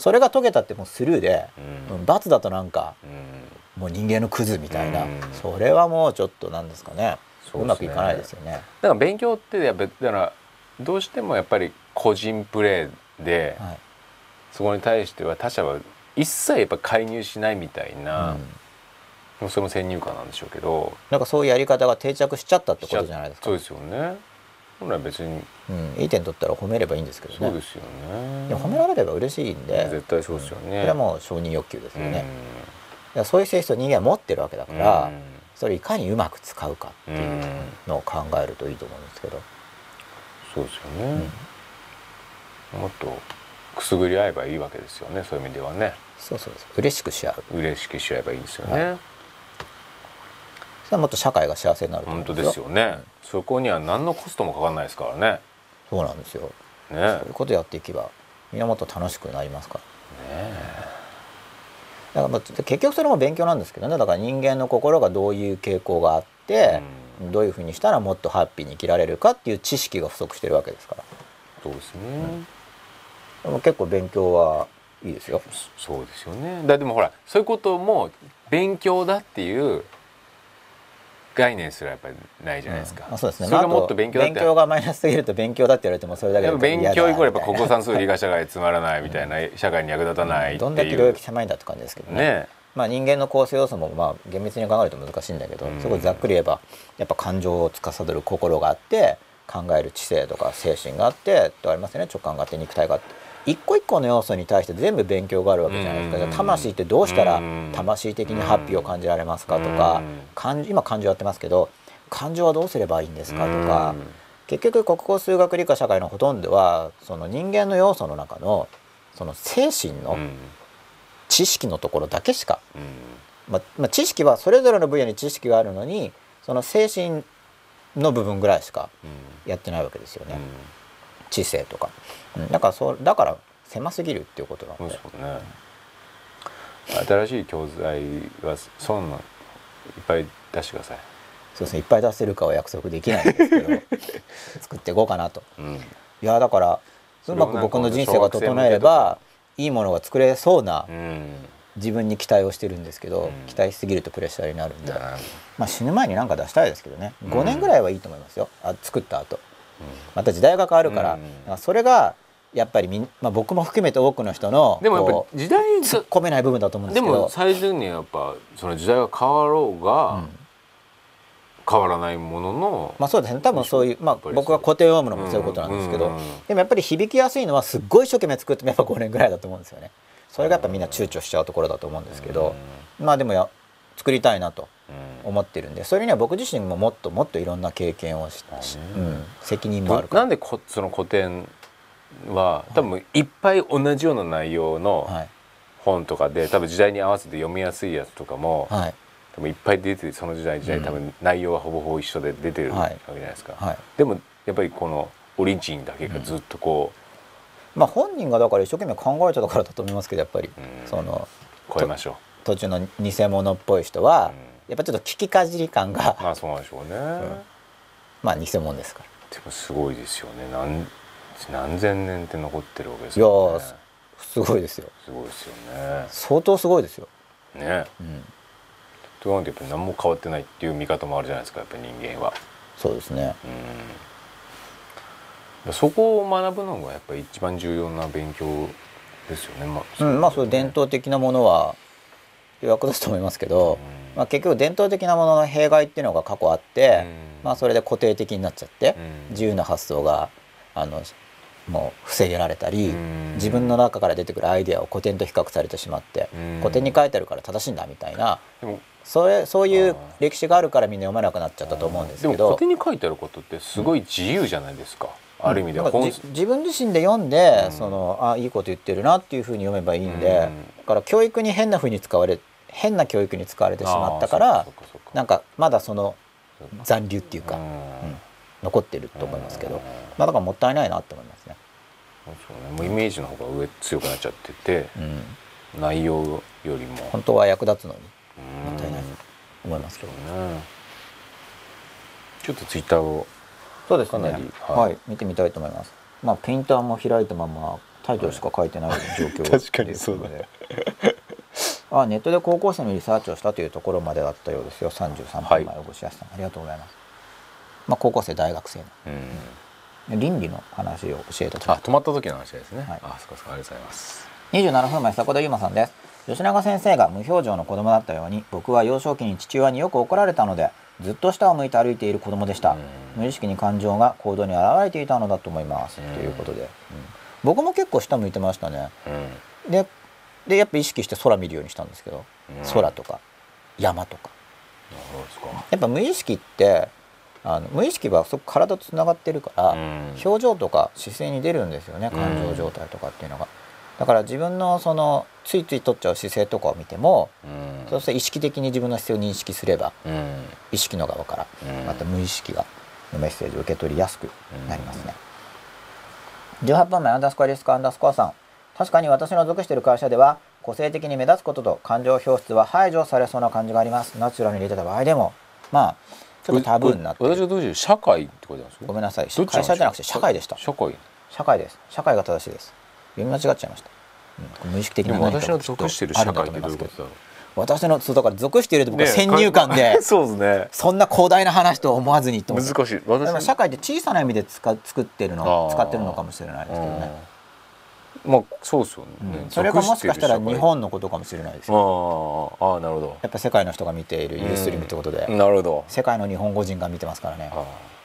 Speaker 1: それが解けたってもうスルーで、罰だとなんか、もう人間のクズみたいな、それはもうちょっとなんですかね、うまくいかないですよね。
Speaker 2: だから勉強ってやっぱだからどうしてもやっぱり個人プレーで、そこに対しては他者は一切やっぱ介入しないみたいな、それも先入観なんでしょうけど、
Speaker 1: なんかそういうやり方が定着しちゃったってことじゃないですか。
Speaker 2: そうですよね。本来別に、
Speaker 1: いい点取ったら褒めればいいんですけどね。
Speaker 2: そうですよね。
Speaker 1: でも褒められれば嬉しいんで、
Speaker 2: 絶対そうですよね。
Speaker 1: これはもう承認欲求ですよね。そういう性質を人間は持ってるわけだから、それをいかにうまく使うかっていうのを考えるといいと思うんですけど。
Speaker 2: そうですよね。もっとくすぐり合えばいいわけですよね、そういう意味ではね。
Speaker 1: そうそうです。嬉しくし合う。
Speaker 2: 嬉しくし合えばいいんですよね。
Speaker 1: それはもっと社会が幸せになると思うんですよ。
Speaker 2: 本当ですよね。そこには何のコストもかかんないですからね。
Speaker 1: そうなんですよ。そういうことやっていけばみんなもっと楽しくなりますからね。だから結局それも勉強なんですけどね。だから人間の心がどういう傾向があって、どういうふうにしたらもっとハッピーに生きられるかっていう知識が不足してるわけですから。
Speaker 2: そうですね。
Speaker 1: でも結構勉強はいいですよ。
Speaker 2: そうですよね。でもほらそういうことも勉強だっていう概念すらやっぱりないじゃないですか。
Speaker 1: そうですね。
Speaker 2: それがもっと勉強だって、
Speaker 1: 勉強がマイナスすぎると勉強だって言われてもそれだけで
Speaker 2: 勉強イコールやっぱ国語算数理科社会つまらないみたいな、社会に役立たないっていう、
Speaker 1: どんだけ領域狭いんだって感じですけどね。まあ人間の構成要素も厳密に考えると難しいんだけど、すごいざっくり言えばやっぱ感情を司る心があって、考える知性とか精神があってとありますよね。直感があって肉体があって、一個一個の要素に対して全部勉強があるわけじゃないですか。じゃあ魂ってどうしたら魂的にハッピーを感じられますかとか、今感情やってますけど感情はどうすればいいんですかとか、結局国語数学理科社会のほとんどはその人間の要素の中のその精神の知識のところだけしか、知識はそれぞれの分野に知識があるのにその精神の部分ぐらいしかやってないわけですよね。知性とか、だから狭すぎるっていうことなんで。
Speaker 2: そうね。新しい教材はそんなんいっぱい出してください。
Speaker 1: そうですね。いっぱい出せるかは約束できないんですけど作っていこうかなと。いやだからうまく僕の人生が整えればいいものが作れそうな自分に期待をしてるんですけど、期待しすぎるとプレッシャーになるんで、死ぬ前に何か出したいですけどね。5年ぐらいはいいと思いますよ。作った後また時代が変わるから、それがやっぱり僕も含めて多くの人の
Speaker 2: でもやっぱ時代
Speaker 1: 突っ込めない部分だと思うんですけど、
Speaker 2: でも最終的にやっぱその時代が変わろうが、変わらないものの、
Speaker 1: そうですね。多分そういう、僕が古典を読むのもそういうことなんですけど、でもやっぱり響きやすいのはすっごい一生懸命作ってもやっぱ5年ぐらいだと思うんですよね。それがやっぱみんな躊躇しちゃうところだと思うんですけど、でも作りたいなと思ってるんで、それには僕自身ももっともっといろんな経験をし、責任もあるから。
Speaker 2: なんでその古典は多分いっぱい同じような内容の本とかで、多分時代に合わせて読みやすいやつとかも、多分いっぱい出て、その時代多分内容はほぼほぼ一緒で出てるわけじゃないですか。でもやっぱりこのオリジンだけがずっとこ
Speaker 1: う、本人がだから一生懸命考えてたからだと思いますけど、やっぱりその
Speaker 2: 超えましょう
Speaker 1: 途中の偽物っぽい人はやっぱちょっと聞きかじり感が
Speaker 2: そうなんでしょうね。
Speaker 1: 偽物ですから。
Speaker 2: でもすごいですよね。何千年って残ってるわけですよね。
Speaker 1: いやすごいですよ。
Speaker 2: すごいですよね。
Speaker 1: 相当すごいですよ
Speaker 2: ね。というわけでやっぱり何も変わってないっていう見方もあるじゃないですか、やっぱり人間は。
Speaker 1: そうですね。
Speaker 2: そこを学ぶのがやっぱり一番重要な勉強ですよね。
Speaker 1: そういう伝統的なものは役立つと思いますけど、結局伝統的なものの弊害っていうのが過去あって、それで固定的になっちゃって、自由な発想がもう防げられたり、自分の中から出てくるアイデアを古典と比較されてしまって、古典に書いてあるから正しいんだみたいな、そういう歴史があるからみんな読まなくなっちゃったと思うんですけど、
Speaker 2: でも古典に書いてあることってすごい自由じゃないですか。ある意味では
Speaker 1: 自分自身で読んで、いいこと言ってるなっていうふうに読めばいいんで、だから教育に変な教育に使われてしまったから、なんかまだその残留っていうか、残ってると思いますけど、だからもったいないなって思いますね。
Speaker 2: もうイメージの方が強くなっちゃってて、内容よりも
Speaker 1: 本当は役立つのにもったいないと思いますけど
Speaker 2: ね。ちょっとツイッターを
Speaker 1: そうですね、見てみたいと思います。ペインターも開いたままタイトルしか書いてない状況
Speaker 2: 確かにそうだ
Speaker 1: ね。ネットで高校生のリサーチをしたというところまでだったようですよ。33分前、おごしやすさん、ありがとうございます。高校生大学生の、倫理の話を教えた時、
Speaker 2: 止まった時の話ですね。
Speaker 1: はい、
Speaker 2: そこそこ、ありがとうございます。
Speaker 1: 27分前、迫田悠馬さんです。吉永先生が無表情の子供だったように、僕は幼少期に父親によく怒られたので、ずっと下を向いて歩いている子供でした。無意識に感情が行動に現れていたのだと思います、ということで、僕も結構下向いてましたね。でやっぱ意識して空見るようにしたんですけど、空とか山とか。やっぱ無意識って無意識はそこ体とつながってるから、表情とか姿勢に出るんですよね、感情状態とかっていうのが。だから自分のそのついつい取っちゃう姿勢とかを見ても、そうして意識的に自分の姿勢を認識すれば、意識の側からまた無意識がメッセージを受け取りやすくなりますね。18分前、アンダースコアリスカアンダースコアさん、確かに私の属している会社では個性的に目立つことと感情表出は排除されそうな感じがあります。ナチュラルに入れてた場合でもちょっとタブーになっている。
Speaker 2: 私はどういう社会ってことなんですか。
Speaker 1: ごめんなさい、会社じゃなくて社会でした。
Speaker 2: 社会
Speaker 1: です。社会が正しいです。読み間違っちゃいました。無意識的な何か
Speaker 2: 私の属している社会ってどういうことだろう。
Speaker 1: 私のだから属していると僕は先入観で、
Speaker 2: そうですね、
Speaker 1: そんな広大な話と思わずにと思って。
Speaker 2: 難しい。
Speaker 1: でも社会って小さな意味で使ってるのかもしれないですけどね。
Speaker 2: そうですよね。
Speaker 1: それがもしかしたら日本のことかもしれないですよ。
Speaker 2: なるほど。
Speaker 1: やっぱ世界の人が見ているユーストリームってことで、
Speaker 2: なるほど。
Speaker 1: 世界の日本語人が見てますからね。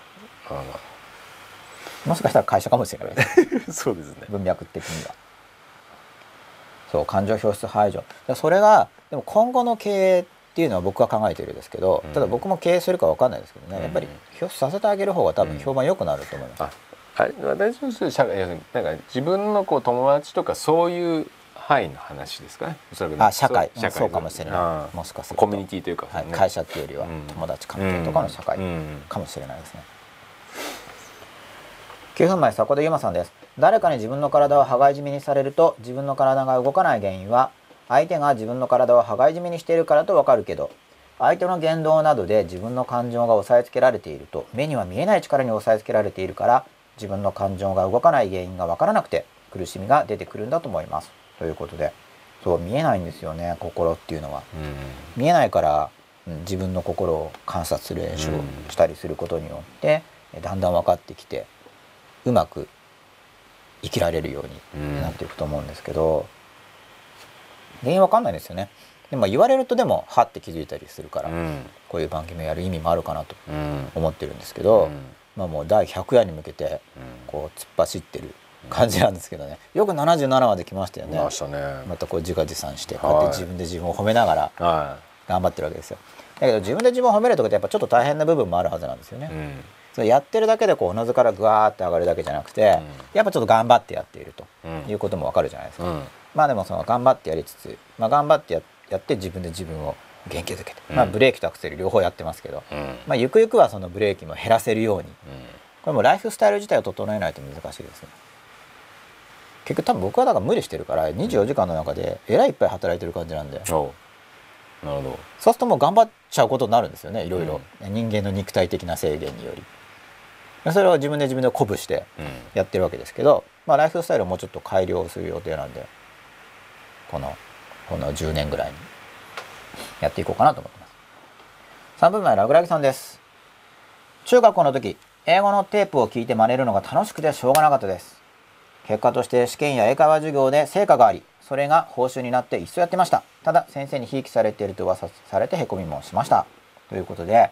Speaker 1: もしかしたら会社かもしれないです
Speaker 2: そうですね、
Speaker 1: 文脈的には。そう、感情表出排除、それがでも今後の経営っていうのは僕は考えているんですけど、ただ僕も経営するか分かんないですけどね、やっぱり表出させてあげる方が多分評判良くなると思います。
Speaker 2: 私の社会、なんか自分の友達とかそういう範囲の話ですかね。
Speaker 1: 社会そうかもしれない。もしかすると
Speaker 2: コミュニティというか、
Speaker 1: 会社っていうよりは友達関係とかの社会かもしれないですね。9分前、迫田悠馬さんです。誰かに自分の体を羽交い締めにされると自分の体が動かない原因は、相手が自分の体を羽交い締めにしているからと分かるけど、相手の言動などで自分の感情が抑えつけられていると、目には見えない力に抑えつけられているから、自分の感情が動かない原因が分からなくて苦しみが出てくるんだと思います、ということで。そう見えないんですよね、心っていうのは。見えないから、自分の心を観察する練習をしたりすることによってだんだん分かってきて、うまく生きられるようになっていくと思うんですけど、原因わかんないですよね。でも言われるとでもはって気づいたりするから、こういう番組をやる意味もあるかなと思ってるんですけど、もう第100夜に向けてこう突っ走ってる感じなんですけどね。よく77まで来ましたよね。またこう自画自賛してこうやって自分で自分を褒めながら頑張ってるわけですよ。だけど自分で自分を褒めるときってやっぱちょっと大変な部分もあるはずなんですよね。それやってるだけでこうおのずからグワーって上がるだけじゃなくて、やっぱちょっと頑張ってやっているということもわかるじゃないですか。でもその頑張ってやりつつ、頑張ってやって自分で自分を元気づけて、ブレーキとアクセル両方やってますけど、ゆくゆくはそのブレーキも減らせるように、これもライフスタイル自体を整えないと難しいですね。結局多分僕はだから無理してるから24時間の中でえらいいっぱい働いてる感じなんで。
Speaker 2: なるほど。
Speaker 1: そうするともう頑張っちゃうことになるんですよね、いろいろ、人間の肉体的な制限により。それを自分で鼓舞してやってるわけですけど、ライフスタイルをもうちょっと改良する予定なんで、この10年ぐらいにやっていこうかなと思ってます。3分前、ラグラギさんです。中学校の時、英語のテープを聞いて真似るのが楽しくてしょうがなかったです。結果として試験や英会話授業で成果があり、それが報酬になって一生やってました。ただ先生にひいきされていると噂されてへこみもしました。ということで、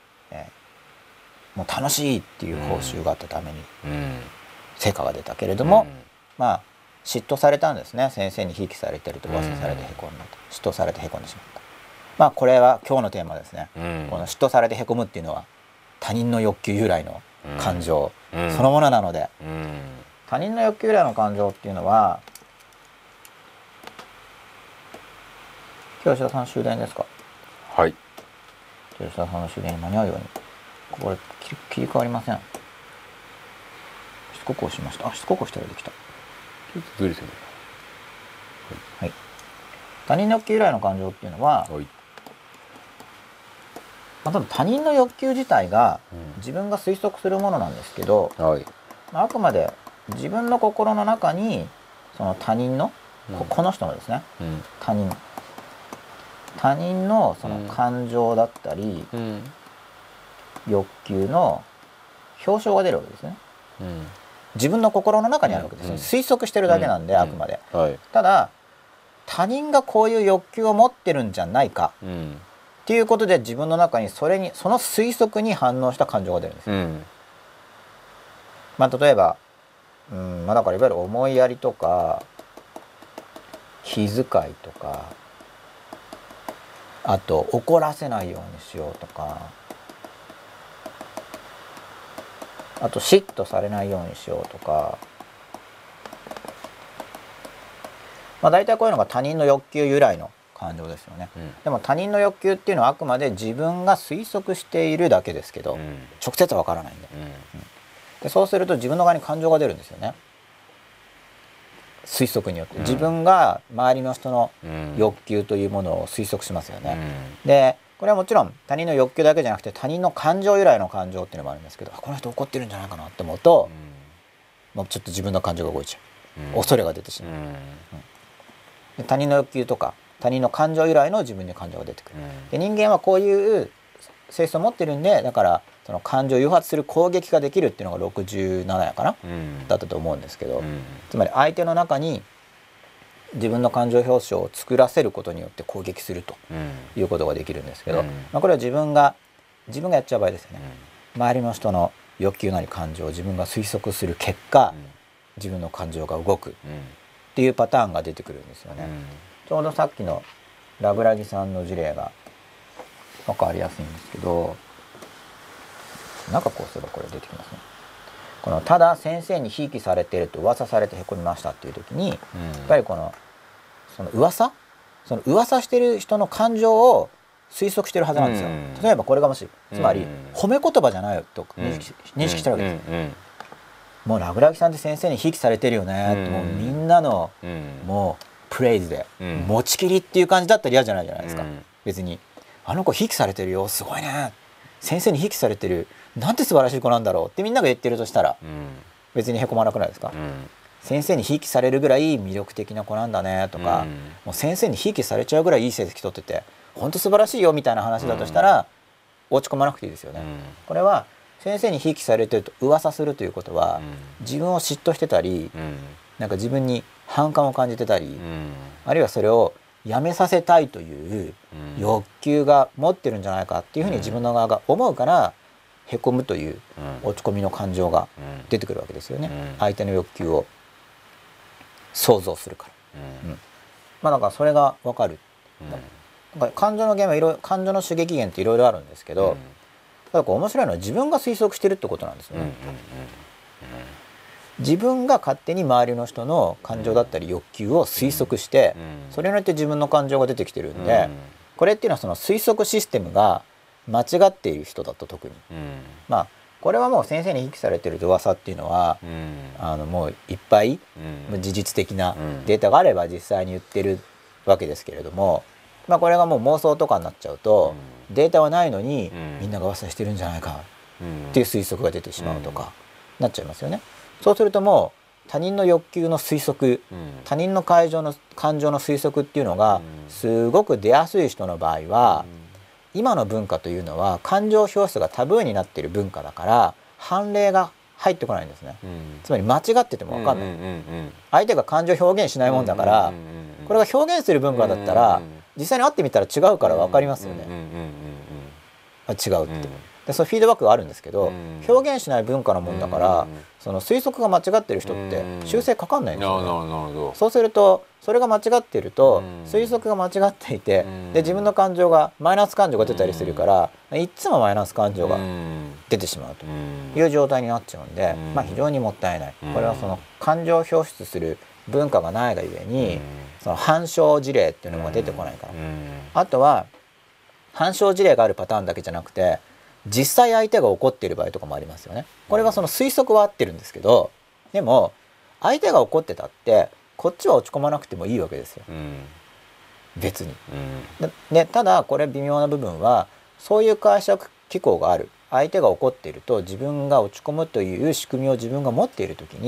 Speaker 1: もう楽しいっていう報酬があったために成果が出たけれども、嫉妬されたんですね。先生にひいきされていると噂されてへこんだと、嫉妬されてへこんでしまった。これは今日のテーマですね。この嫉妬されてへこむっていうのは他人の欲求由来の感情そのものなので、他人の欲求由来の感情っていうのは、今日吉田さん終電ですか。
Speaker 2: はい。
Speaker 1: 吉田さんの終電に間に合うようにこれ切り替わりません。しつこく押しました。しつこく押したらできた。
Speaker 2: ずれてる。
Speaker 1: はい。他人の欲求由来の感情っていうのは、多分他人の欲求自体が自分が推測するものなんですけど、あくまで自分の心の中にその他人の、この人のですね、他人のその感情だったり、欲求の表象が出るわけですね。自分の心の中にあるわけですね。推測してるだけなんで、あくまで。ただ他人がこういう欲求を持ってるんじゃないかっていうことで、自分の中にその推測に反応した感情が出るんですよ。例えば、だからいわゆる思いやりとか気遣いとか、あと怒らせないようにしようとか、あと嫉妬されないようにしようとか、大体こういうのが他人の欲求由来の感情ですよね。でも他人の欲求っていうのはあくまで自分が推測しているだけですけど、直接はわからないんで。でそうすると自分の側に感情が出るんですよね。推測によって自分が周りの人の欲求というものを推測しますよね。でこれはもちろん他人の欲求だけじゃなくて、他人の感情由来の感情っていうのもあるんですけど、この人怒ってるんじゃないかなって思うと、もうちょっと自分の感情が動いちゃう、恐れが出てしまう。で他人の欲求とか他人の感情由来の自分に感情が出てくる。で人間はこういう性質を持ってるんで、だからその感情を誘発する攻撃ができるっていうのが67やかな、だったと思うんですけど、つまり相手の中に自分の感情表彰を作らせることによって攻撃するということができるんですけど、これは自分がやっちゃう場合ですよね。周りの人の欲求なり感情を自分が推測する結果、自分の感情が動くっていうパターンが出てくるんですよね。ちょうどさっきのラブラギさんの事例が分かりやすいんですけど、なんかこうすればこれ出てきますね。このただ先生にひいきされていると噂されてへこみましたっていう時に、やっぱりその噂してる人の感情を推測してるはずなんですよ。例えばこれがもし、つまり褒め言葉じゃないと認識してるわけです。もうラブラギさんって先生にひいきされてるよねって、もうみんなのもうプレイズで持ちきりっていう感じだったら嫌じゃないですか。別にあの子ひいきされてるよ、すごいね、先生にひいきされてる、なんて素晴らしい子なんだろうってみんなが言ってるとしたら、別にへこまなくないですか。先生にひいきされるぐらい魅力的な子なんだねとか、もう先生にひいきされちゃうぐらいいい成績取ってて本当素晴らしいよみたいな話だとしたら、落ち込まなくていいですよね。これは先生にひいきされてると噂するということは、自分を嫉妬してたり、なんか自分に反感を感じてたり、あるいはそれをやめさせたいという欲求が持ってるんじゃないかっていうふうに自分の側が思うから、へこむという落ち込みの感情が出てくるわけですよね。相手の欲求を想像するから。だからそれが分かる。感情の源は感情の刺激源っていろいろあるんですけど、ただ面白いのは自分が推測してるってことなんですよね。自分が勝手に周りの人の感情だったり欲求を推測して、それによって自分の感情が出てきてるんで、これっていうのはその推測システムが間違っている人だと特に、これはもう先生にひいきされてる噂っていうのは、もういっぱい事実的なデータがあれば実際に言ってるわけですけれども、これがもう妄想とかになっちゃうと、データはないのにみんなが噂してるんじゃないかっていう推測が出てしまうとかなっちゃいますよね。そうするともう他人の欲求の推測、他人の感情の推測っていうのがすごく出やすい人の場合は、今の文化というのは感情表出がタブーになっている文化だから判例が入ってこないんですね。つまり間違ってても分かんない。相手が感情を表現しないもんだから、これが表現する文化だったら実際に会ってみたら違うから分かりますよね。違うって。でそのフィードバックがあるんですけど、表現しない文化のもんだから、その推測が間違ってる人って修正かかんないんですよね。そうするとそれが間違っていると、推測が間違っていて、で自分の感情がマイナス感情が出たりするから、いつもマイナス感情が出てしまうという状態になっちゃうんで、非常にもったいない。これはその感情を表出する文化がないがゆえに、その反証事例っていうのが出てこないから。あとは反証事例があるパターンだけじゃなくて、実際相手が怒っている場合とかもありますよね。これはその推測は合ってるんですけど、でも相手が怒ってたってこっちは落ち込まなくてもいいわけですよ、別に。でただこれ微妙な部分は、そういう解釈機構がある、相手が怒っていると自分が落ち込むという仕組みを自分が持っている時に、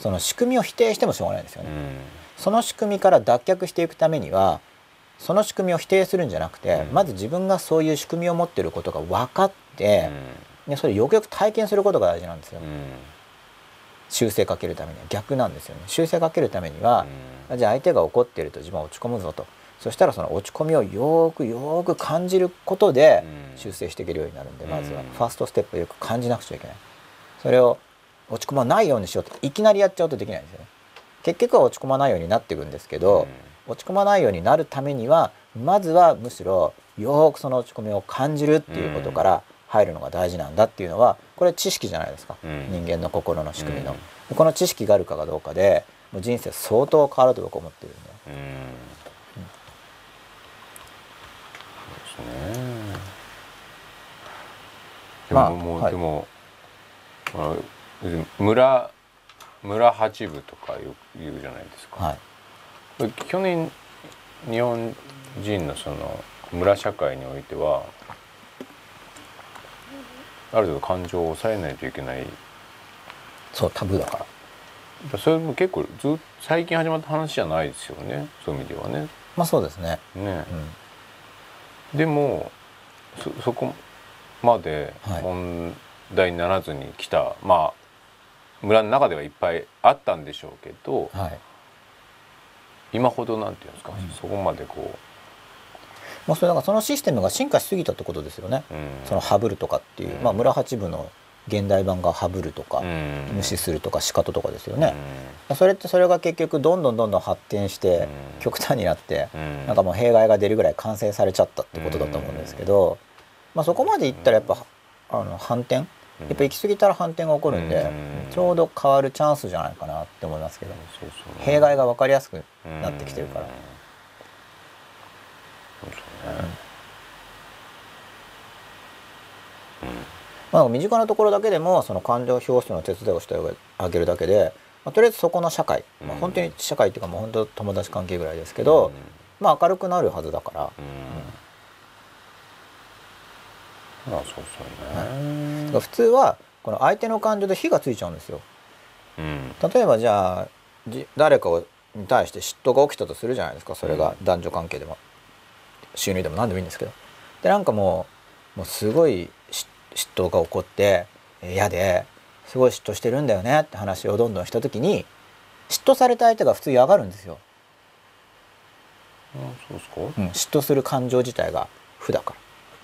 Speaker 1: その仕組みを否定してもしょうがないんですよね。その仕組みから脱却していくためにはその仕組みを否定するんじゃなくて、まず自分がそういう仕組みを持っていることが分かって、でそれよくよく体験することが大事なんですよ。修正かけるためには逆なんですよね。修正かけるためには、じゃあ相手が怒っていると自分は落ち込むぞと。そしたらその落ち込みをよーく感じることで修正していけるようになるんで、まずはファーストステップをよく感じなくちゃいけない。それを落ち込まないようにしようといきなりやっちゃうとできないんですよね。結局は落ち込まないようになっていくんですけど、落ち込まないようになるためにはまずはむしろよーくその落ち込みを感じるっていうことから入るのが大事なんだっていうのは、これ知識じゃないですか、人間の心の仕組みの、この知識があるかどうかでもう人生相当変わると僕は思ってるんで。
Speaker 2: でも村八部とかよく言うじゃないですか。去年日本人のその村社会においてはある程度感情を抑えないといけない。
Speaker 1: そうタブーだから。
Speaker 2: それも結構最近始まった話じゃないですよね、そういう意味ではね。
Speaker 1: まあそうですね。
Speaker 2: でもそこまで問題にならずに来た、まあ村の中ではいっぱいあったんでしょうけど、今ほどなんていうんですか、そこまでこう、
Speaker 1: それだからそのシステムが進化しすぎたってことですよね。そのハブるとかっていう、村八部の現代版がハブるとか、無視するとか仕方とかですよね。それが結局どんどん発展して極端になって、なんかもう弊害が出るぐらい完成されちゃったってことだと思うんですけど、そこまでいったらやっぱ反転、やっぱ行き過ぎたら反転が起こるんで、ちょうど変わるチャンスじゃないかなって思いますけど、弊害が分かりやすくなってきてるから。身近なところだけでもその感情表出の手伝いをしてあげるだけで、とりあえずそこの社会、本当に社会っていうかもう本当友達関係ぐらいですけど、明るくなるはずだから。普通はこの相手の感情で火がついちゃうんですよ。例えばじゃあ誰かに対して嫉妬が起きたとするじゃないですか。それが男女関係でも収入でも何でもいいんですけど、でなんかもうすごい嫉妬が起こって嫌ですごい嫉妬してるんだよねって話をどんどんした時に、嫉妬された相手が普通嫌がるんですよ。
Speaker 2: そうですか？
Speaker 1: 嫉妬する感情自体が負だから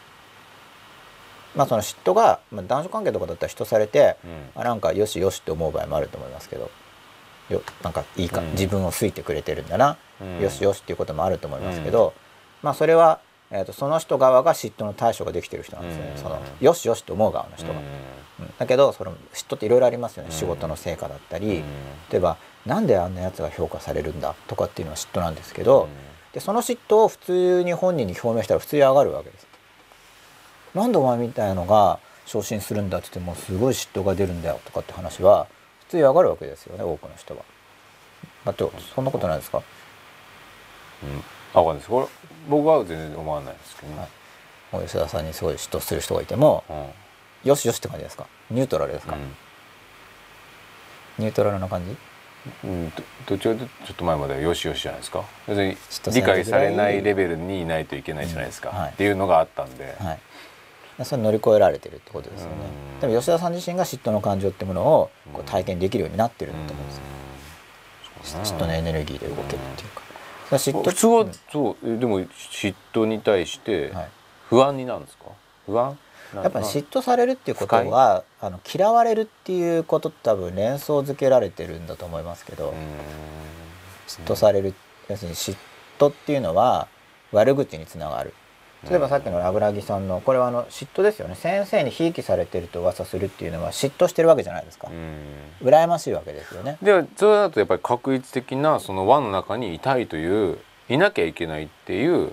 Speaker 1: 。その嫉妬が、男女関係とかだったら嫉妬されて、なんかよしよしって思う場合もあると思いますけど、なんかいいか、自分を好いてくれてるんだな、よしよしっていうこともあると思いますけど、それは、その人側が嫉妬の対処ができてる人なんですよね。そのよしよしって思う側の人が。だけどその嫉妬っていろいろありますよね。仕事の成果だったり、例えばなんであんなやつが評価されるんだとかっていうのは嫉妬なんですけど、でその嫉妬を普通に本人に表明したら普通に上がるわけです。なんでお前みたいなのが昇進するんだって言ってもすごい嫉妬が出るんだよとかって話は普通に上がるわけですよね、多くの人は。だってそんなことないですか？
Speaker 2: 分かんないです。これ僕は全然思わないですけどね。
Speaker 1: 吉田さんにすごい嫉妬する人がいても、よしよしって感じですか？ニュートラルですか？ニュートラルな感じ？
Speaker 2: どっちかというとちょっと前まではよしよしじゃないですか。別に理解されないレベルにいないといけないじゃないですか、っていうのがあったんで、
Speaker 1: それ乗り越えられてるってことですよね。でも吉田さん自身が嫉妬の感情ってものをこう体験できるようになってるんだと思うんですよ。嫉妬のエネルギーで動けるっていうか。
Speaker 2: 普通はそうでも嫉妬に対して不安になるんですか？不安？
Speaker 1: やっぱり嫉妬されるっていうことは嫌われるっていうことって多分連想づけられてるんだと思いますけど、嫉妬される、要するに嫉妬っていうのは悪口につながる。例えばさっきの油木さんのこれは嫉妬ですよね。先生にひいきされてると噂するっていうのは嫉妬してるわけじゃないですか。羨ましいわけですよね。
Speaker 2: でそれだとやっぱり確率的なその輪の中にいたいといういなきゃいけないっていう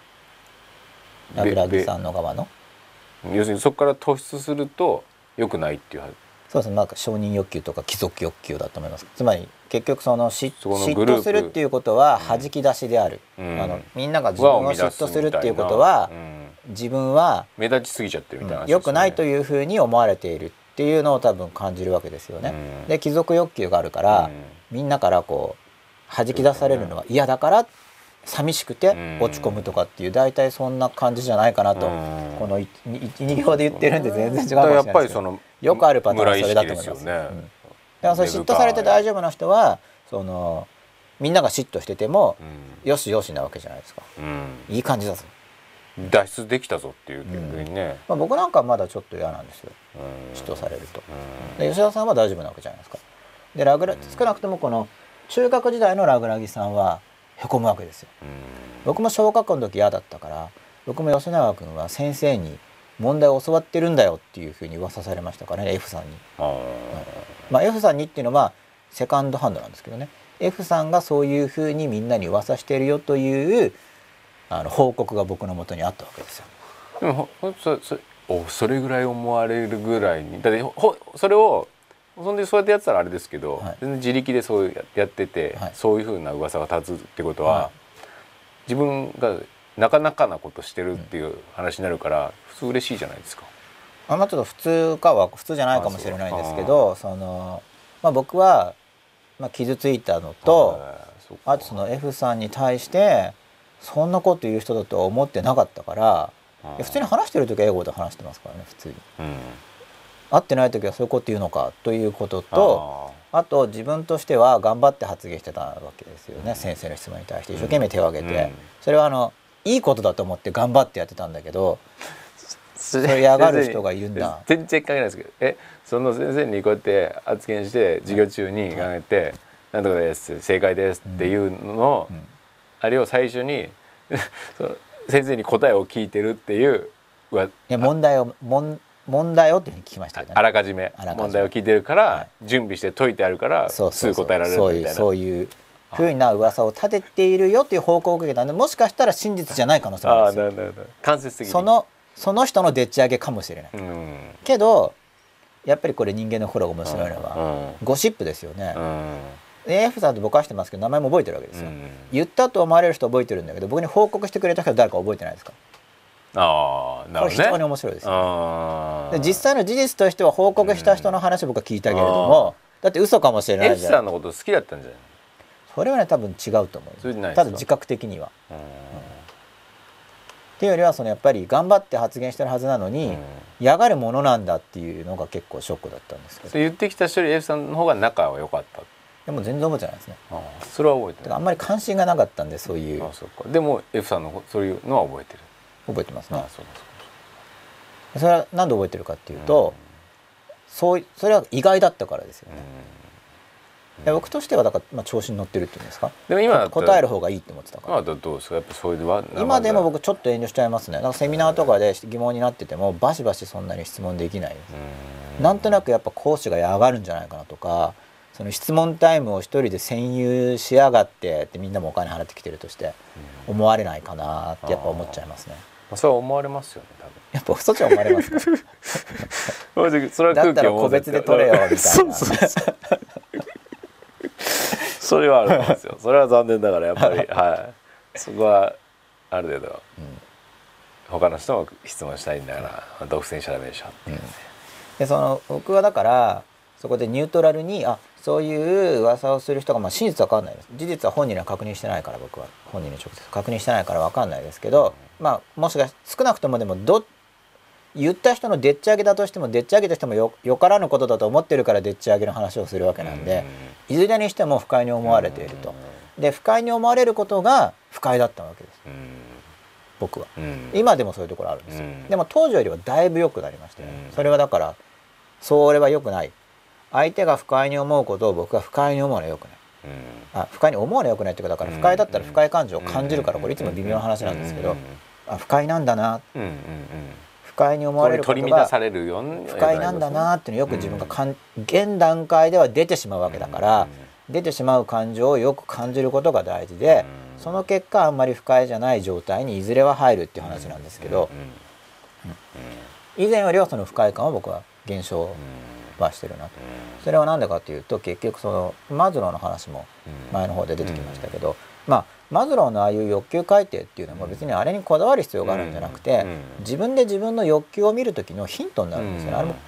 Speaker 1: 油木さんの側の
Speaker 2: 要するにそこから突出すると良くないっていう。
Speaker 1: そうですね。承認欲求とか貴族欲求だと思います。つまり結局その嫉妬するっていうことは弾き出しである。みんなが自分を嫉妬するっていうことは、自分は
Speaker 2: 目立ちすぎちゃってるみたいな、
Speaker 1: 良くないというふうに思われているっていうのを多分感じるわけですよね。で帰属欲求があるから、みんなからこう弾き出されるのが嫌だから寂しくて落ち込むとかっていう大体そんな感じじゃないかなと、この12行で言ってるんで全然違うかもしれないですけど、よくあるパターンはそれだと思います。だからそれ嫉妬されて大丈夫な人はみんなが嫉妬しててもよしよしなわけじゃないですか。いい感じだぞ、
Speaker 2: 脱出できたぞっていう逆にね、
Speaker 1: 僕なんかはまだちょっと嫌なんですよ、嫉妬されると。で吉田さんは大丈夫なわけじゃないですか。で少なくともこの中学時代のラグラギさんはへこむわけですよ。僕も小学校の時嫌だったから、僕も吉永君は先生に問題を教わってるんだよっていうふうに噂されましたからね、 F さんに。F さんにっていうのはセカンドハンドなんですけどね、 F さんがそういうふうにみんなに噂してるよという報告が僕のもとにあったわけですよ。
Speaker 2: でもそれぐらい思われるぐらいにだってそれをそんでそうやってやってたらあれですけど、全然自力でそうやってて、そういうふうな噂が立つってことは、自分がなかなかなことしてるっていう話になるから普通嬉しいじゃないですか。
Speaker 1: ちょっと普通じゃないかもしれないんですけど、僕は傷ついたのと、あとF さんに対してそんなこと言う人だとは思ってなかったから、普通に話してる時は英語で話してますからね、普通に。会ってない時はそういうこと言うのかということと、あと自分としては頑張って発言してたわけですよね、先生の質問に対して一生懸命手を挙げて、それはいいことだと思って頑張ってやってたんだけど、それ嫌がる人がいるんだ。
Speaker 2: 全然関係ないですけど、その先生にこうやって発言して授業中に考えて「なんとかです正解です」っていうのを、あれを最初に先生に答えを聞いてるっていう
Speaker 1: 問題をっていうふうに聞きましたよね。
Speaker 2: あらかじめ問題を聞いてるから、準備して解いてあるからすぐ答えられるみたいな、
Speaker 1: そういうふうな噂を立てているよっていう報告を受けたんで、もしかしたら真実じゃない可能性もあるんですよ。
Speaker 2: 間接的に
Speaker 1: その人のでっち上げかもしれない、けどやっぱりこれ人間の心が面白いのは、ゴシップですよね。F さんと僕はしてますけど名前も覚えてるわけですよ。言ったと思われる人覚えてるんだけど、僕に報告してくれた人は誰か覚えてないですか。
Speaker 2: なるほどね。
Speaker 1: これ非常に面白いですよね。で実際の事実としては報告した人の話を僕は聞いたけれども、だって嘘かもしれないじゃん。
Speaker 2: F さんのこと好きだったんじゃない。
Speaker 1: それはね多分違うと思う。ただ自覚的には。っていうよりはやっぱり頑張って発言してるはずなのに、嫌がるものなんだっていうのが結構ショックだったんですけど。
Speaker 2: 言ってきた人より F さんの方が仲は良かった。
Speaker 1: でも全然覚えてないですね。
Speaker 2: それは覚えてない。
Speaker 1: あんまり関心がなかったんで、そういう。
Speaker 2: でも F さんのそういうのは覚えてる。
Speaker 1: 覚えてますね。それは何で覚えてるかっていうと、それは意外だったからですよね。僕としてはだから調子に乗ってるっていうんですか。
Speaker 2: でも今
Speaker 1: 答える方がいいって思ってたから。
Speaker 2: どうですか、やっぱそういうのは。
Speaker 1: 今でも僕ちょっと遠慮しちゃいますね。セミナーとかで疑問になっててもバシバシそんなに質問できないです。なんとなくやっぱ講師が嫌がるんじゃないかなとか、その質問タイムを一人で占有しやがってってみんなもお金払ってきてるとして思われないかなってやっぱ思っちゃいますね。
Speaker 2: それは思われますよね、多分。
Speaker 1: やっぱそっちは思われますか。
Speaker 2: それは
Speaker 1: だったら個別で取れよみたいな。
Speaker 2: それはあるんですよ。それは残念ながらやっぱりそこはある程度、他の人も質問したいんだから独占しちゃダメでしょっていうね。
Speaker 1: で僕はだからそこでニュートラルにそういう噂をする人が真実は分かんないです。事実は本人には確認してないから、僕は本人に直接確認してないから分かんないですけど、もしか少なくともでも言った人のでっち上げだとしても、でっち上げとしてもよからぬことだと思ってるからでっち上げの話をするわけなんで、いずれにしても不快に思われていると。で不快に思われることが不快だったわけです、僕は。今でもそういうところあるんですよ。でも当時よりはだいぶ良くなりましたよね。それはだからそれは良くない。相手が不快に思うことを僕が不快に思うのは良くない。不快に思うのは良くないっていうか、だから不快だったら不快感情を感じるから、これいつも微妙な話なんですけど、不快なんだな、不快に思われることが不快なんだなっていうのをよく自分が現段階では出てしまうわけだから、出てしまう感情をよく感じることが大事で、その結果あんまり不快じゃない状態にいずれは入るっていう話なんですけど、以前よりはその不快感を僕は減少はしてるなと。それは何でかというと、結局マズローの話も前の方で出てきましたけど、マズローのああいう欲求改定っていうのも別にあれにこだわる必要があるんじゃなくて、自分で自分の欲求を見る時のヒントになるんですよね。あれも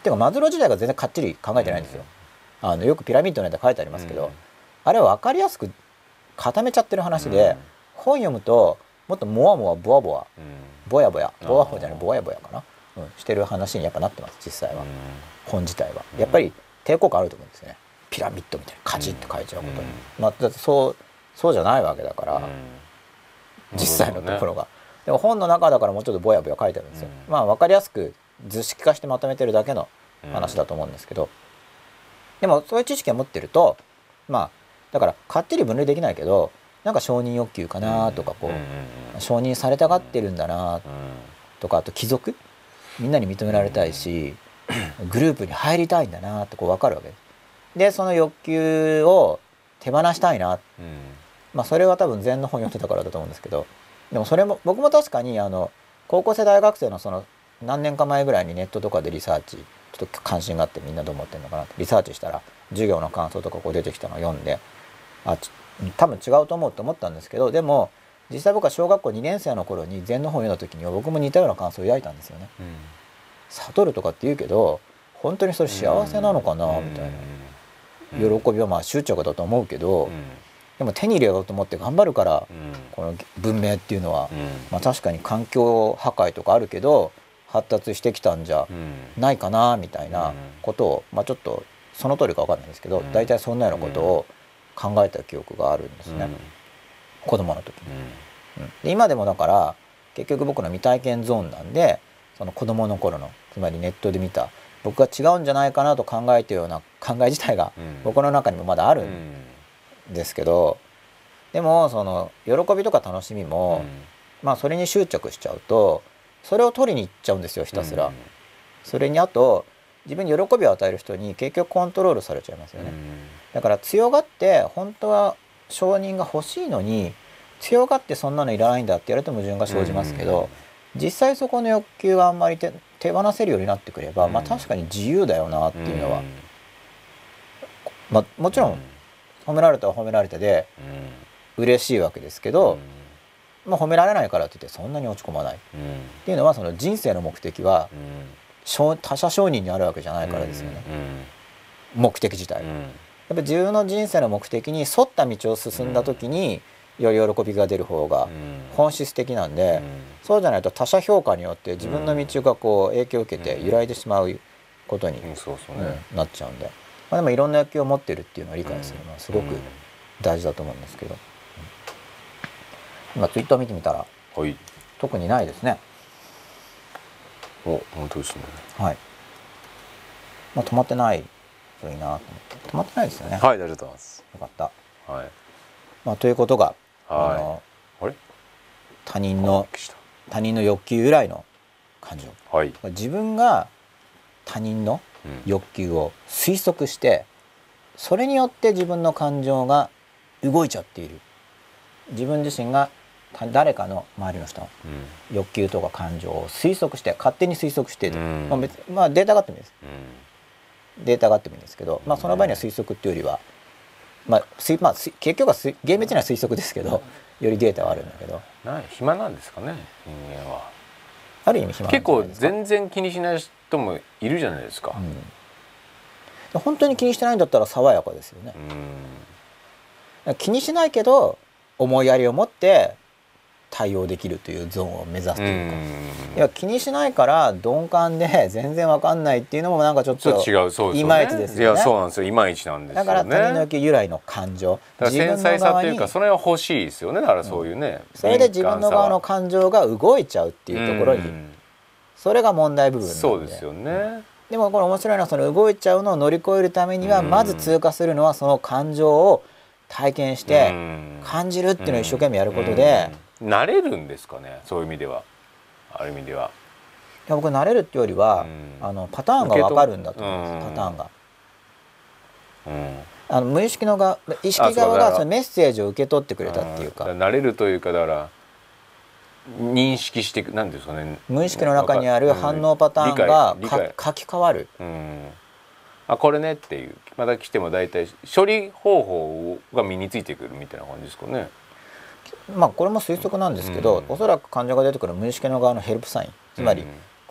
Speaker 1: ていうかマズロー自体が全然かっちり考えてないんですよ。よくピラミッドのネタ書いてありますけど、あれは分かりやすく固めちゃってる話で、本読むともっとモワモワボワボワ、ボヤボヤボワボヤじゃないボヤボヤかな、してる話にやっぱなってます実際は。本自体はやっぱり抵抗感あると思うんですよね。ピラミッドみたいにカチッと書いちゃうことに、だってそうじゃないわけだから、実際のところが。でも本の中だからもうちょっとぼやぼや書いてあるんですよ。分かりやすく図式化してまとめてるだけの話だと思うんですけど、でもそういう知識を持ってるとだからかっちり分類できないけど、なんか承認欲求かなとか、承認されたがってるんだなとか、あと貴族、みんなに認められたいしグループに入りたいんだなって分かるわけです。でその欲求を手放したいな、それは多分禅の本読んでたからだと思うんですけど、でもそれも僕も確かに高校生大学生のその何年か前ぐらいにネットとかでリサーチちょっと関心があって、みんなどう思ってるのかなってリサーチしたら授業の感想とか出てきたのを読んで、多分違うと思うと思ったんですけど、でも実際僕は小学校2年生の頃に禅の本を読んだ時には僕も似たような感想を抱いたんですよね。悟るとかって言うけど本当にそれ幸せなのかなみたいな、喜びは執着だと思うけど、でも手に入れようと思って頑張るから、この文明っていうのは、確かに環境破壊とかあるけど発達してきたんじゃないかなみたいなことを、ちょっとその通りか分かんないんですけど、大体そんなようなことを考えた記憶があるんですね、子供の時に。で今でもだから結局僕の未体験ゾーンなんで、その子供の頃のつまりネットで見た僕が違うんじゃないかなと考えているような考え自体が僕の中にもまだあるんですけど、でもその喜びとか楽しみも、それに執着しちゃうとそれを取りに行っちゃうんですよひたすら。それにあと自分に喜びを与える人に結局コントロールされちゃいますよね。だから強がって本当は承認が欲しいのに強がってそんなのいらないんだってやると矛盾が生じますけど、実際そこの欲求があんまり手放せるようになってくれば、確かに自由だよなっていうのは、もちろん褒められたは褒められてで嬉しいわけですけど、褒められないからって言ってそんなに落ち込まないっていうのは、その人生の目的は他者承認にあるわけじゃないからですよね、目的自体。やっぱり自分の人生の目的に沿った道を進んだ時により喜びが出る方が本質的なんで、そうじゃないと他者評価によって自分の道が影響を受けて揺らいでしまうことになっちゃうんで、でもいろんな欲求を持ってるっていうのを理解するのはすごく大事だと思うんですけど、今ツイッター見てみたら特にないですね。
Speaker 2: 本当ですね。
Speaker 1: はい。止まってないといいなと思って。止まってないですよね。
Speaker 2: はい、ありがとうございます。
Speaker 1: よかった。
Speaker 2: はい。
Speaker 1: ということが、
Speaker 2: あれ
Speaker 1: 他人の欲求由来の感情、自分が他人の欲求を推測して、それによって自分の感情が動いちゃっている。自分自身が誰かの周りの人の欲求とか感情を推測して勝手に推測している、データがあってもいいです、データがあってもいいんですけど、その場合には推測っていうよりは、結局は厳密には推測ですけど、よりデータはあるんだけど、
Speaker 2: 暇なんですかね、人間は。
Speaker 1: ある意味暇なんじゃないですか。
Speaker 2: 結構全然気にしない人もいるじゃないですか。
Speaker 1: 本当に気にしてないんだったら爽やかですよね。気にしないけど思いやりを持って対応できるというゾーンを目指すというか、いや気にしないから鈍感で全然わかんないっていうのもなんかちょっと
Speaker 2: 違う、そうですよね。
Speaker 1: いまいちですよね。
Speaker 2: いやそうなんですよ、いまいちなんですよね。
Speaker 1: だから他人の欲求由来の感情、
Speaker 2: だから繊細さというかそれは欲しいですよね。だからそういうね、
Speaker 1: それで自分の側の感情が動いちゃうっていうところに、それが問題部分なんで。
Speaker 2: そうですよね。
Speaker 1: でもこれ面白いのは、その動いちゃうのを乗り越えるためにはまず通過するのはその感情を体験して感じるっていうのを一生懸命やることで、
Speaker 2: 慣れるんですかね、そういう意味では。ある意味では。
Speaker 1: いや僕慣れるっていうよりは、パターンが分かるんだと思います。パターンが、無意識の側、意識側がそのメッセージを受け取ってくれたっていうか、
Speaker 2: 慣れるというか、だから認識していく、なんですかね、
Speaker 1: 無意識の中にある反応パターンが書き換わる。
Speaker 2: これねっていう、また来ても大体処理方法が身についてくるみたいな感じですかね。
Speaker 1: これも推測なんですけど、おそらく感情が出てくる無意識の側のヘルプサイン、つまり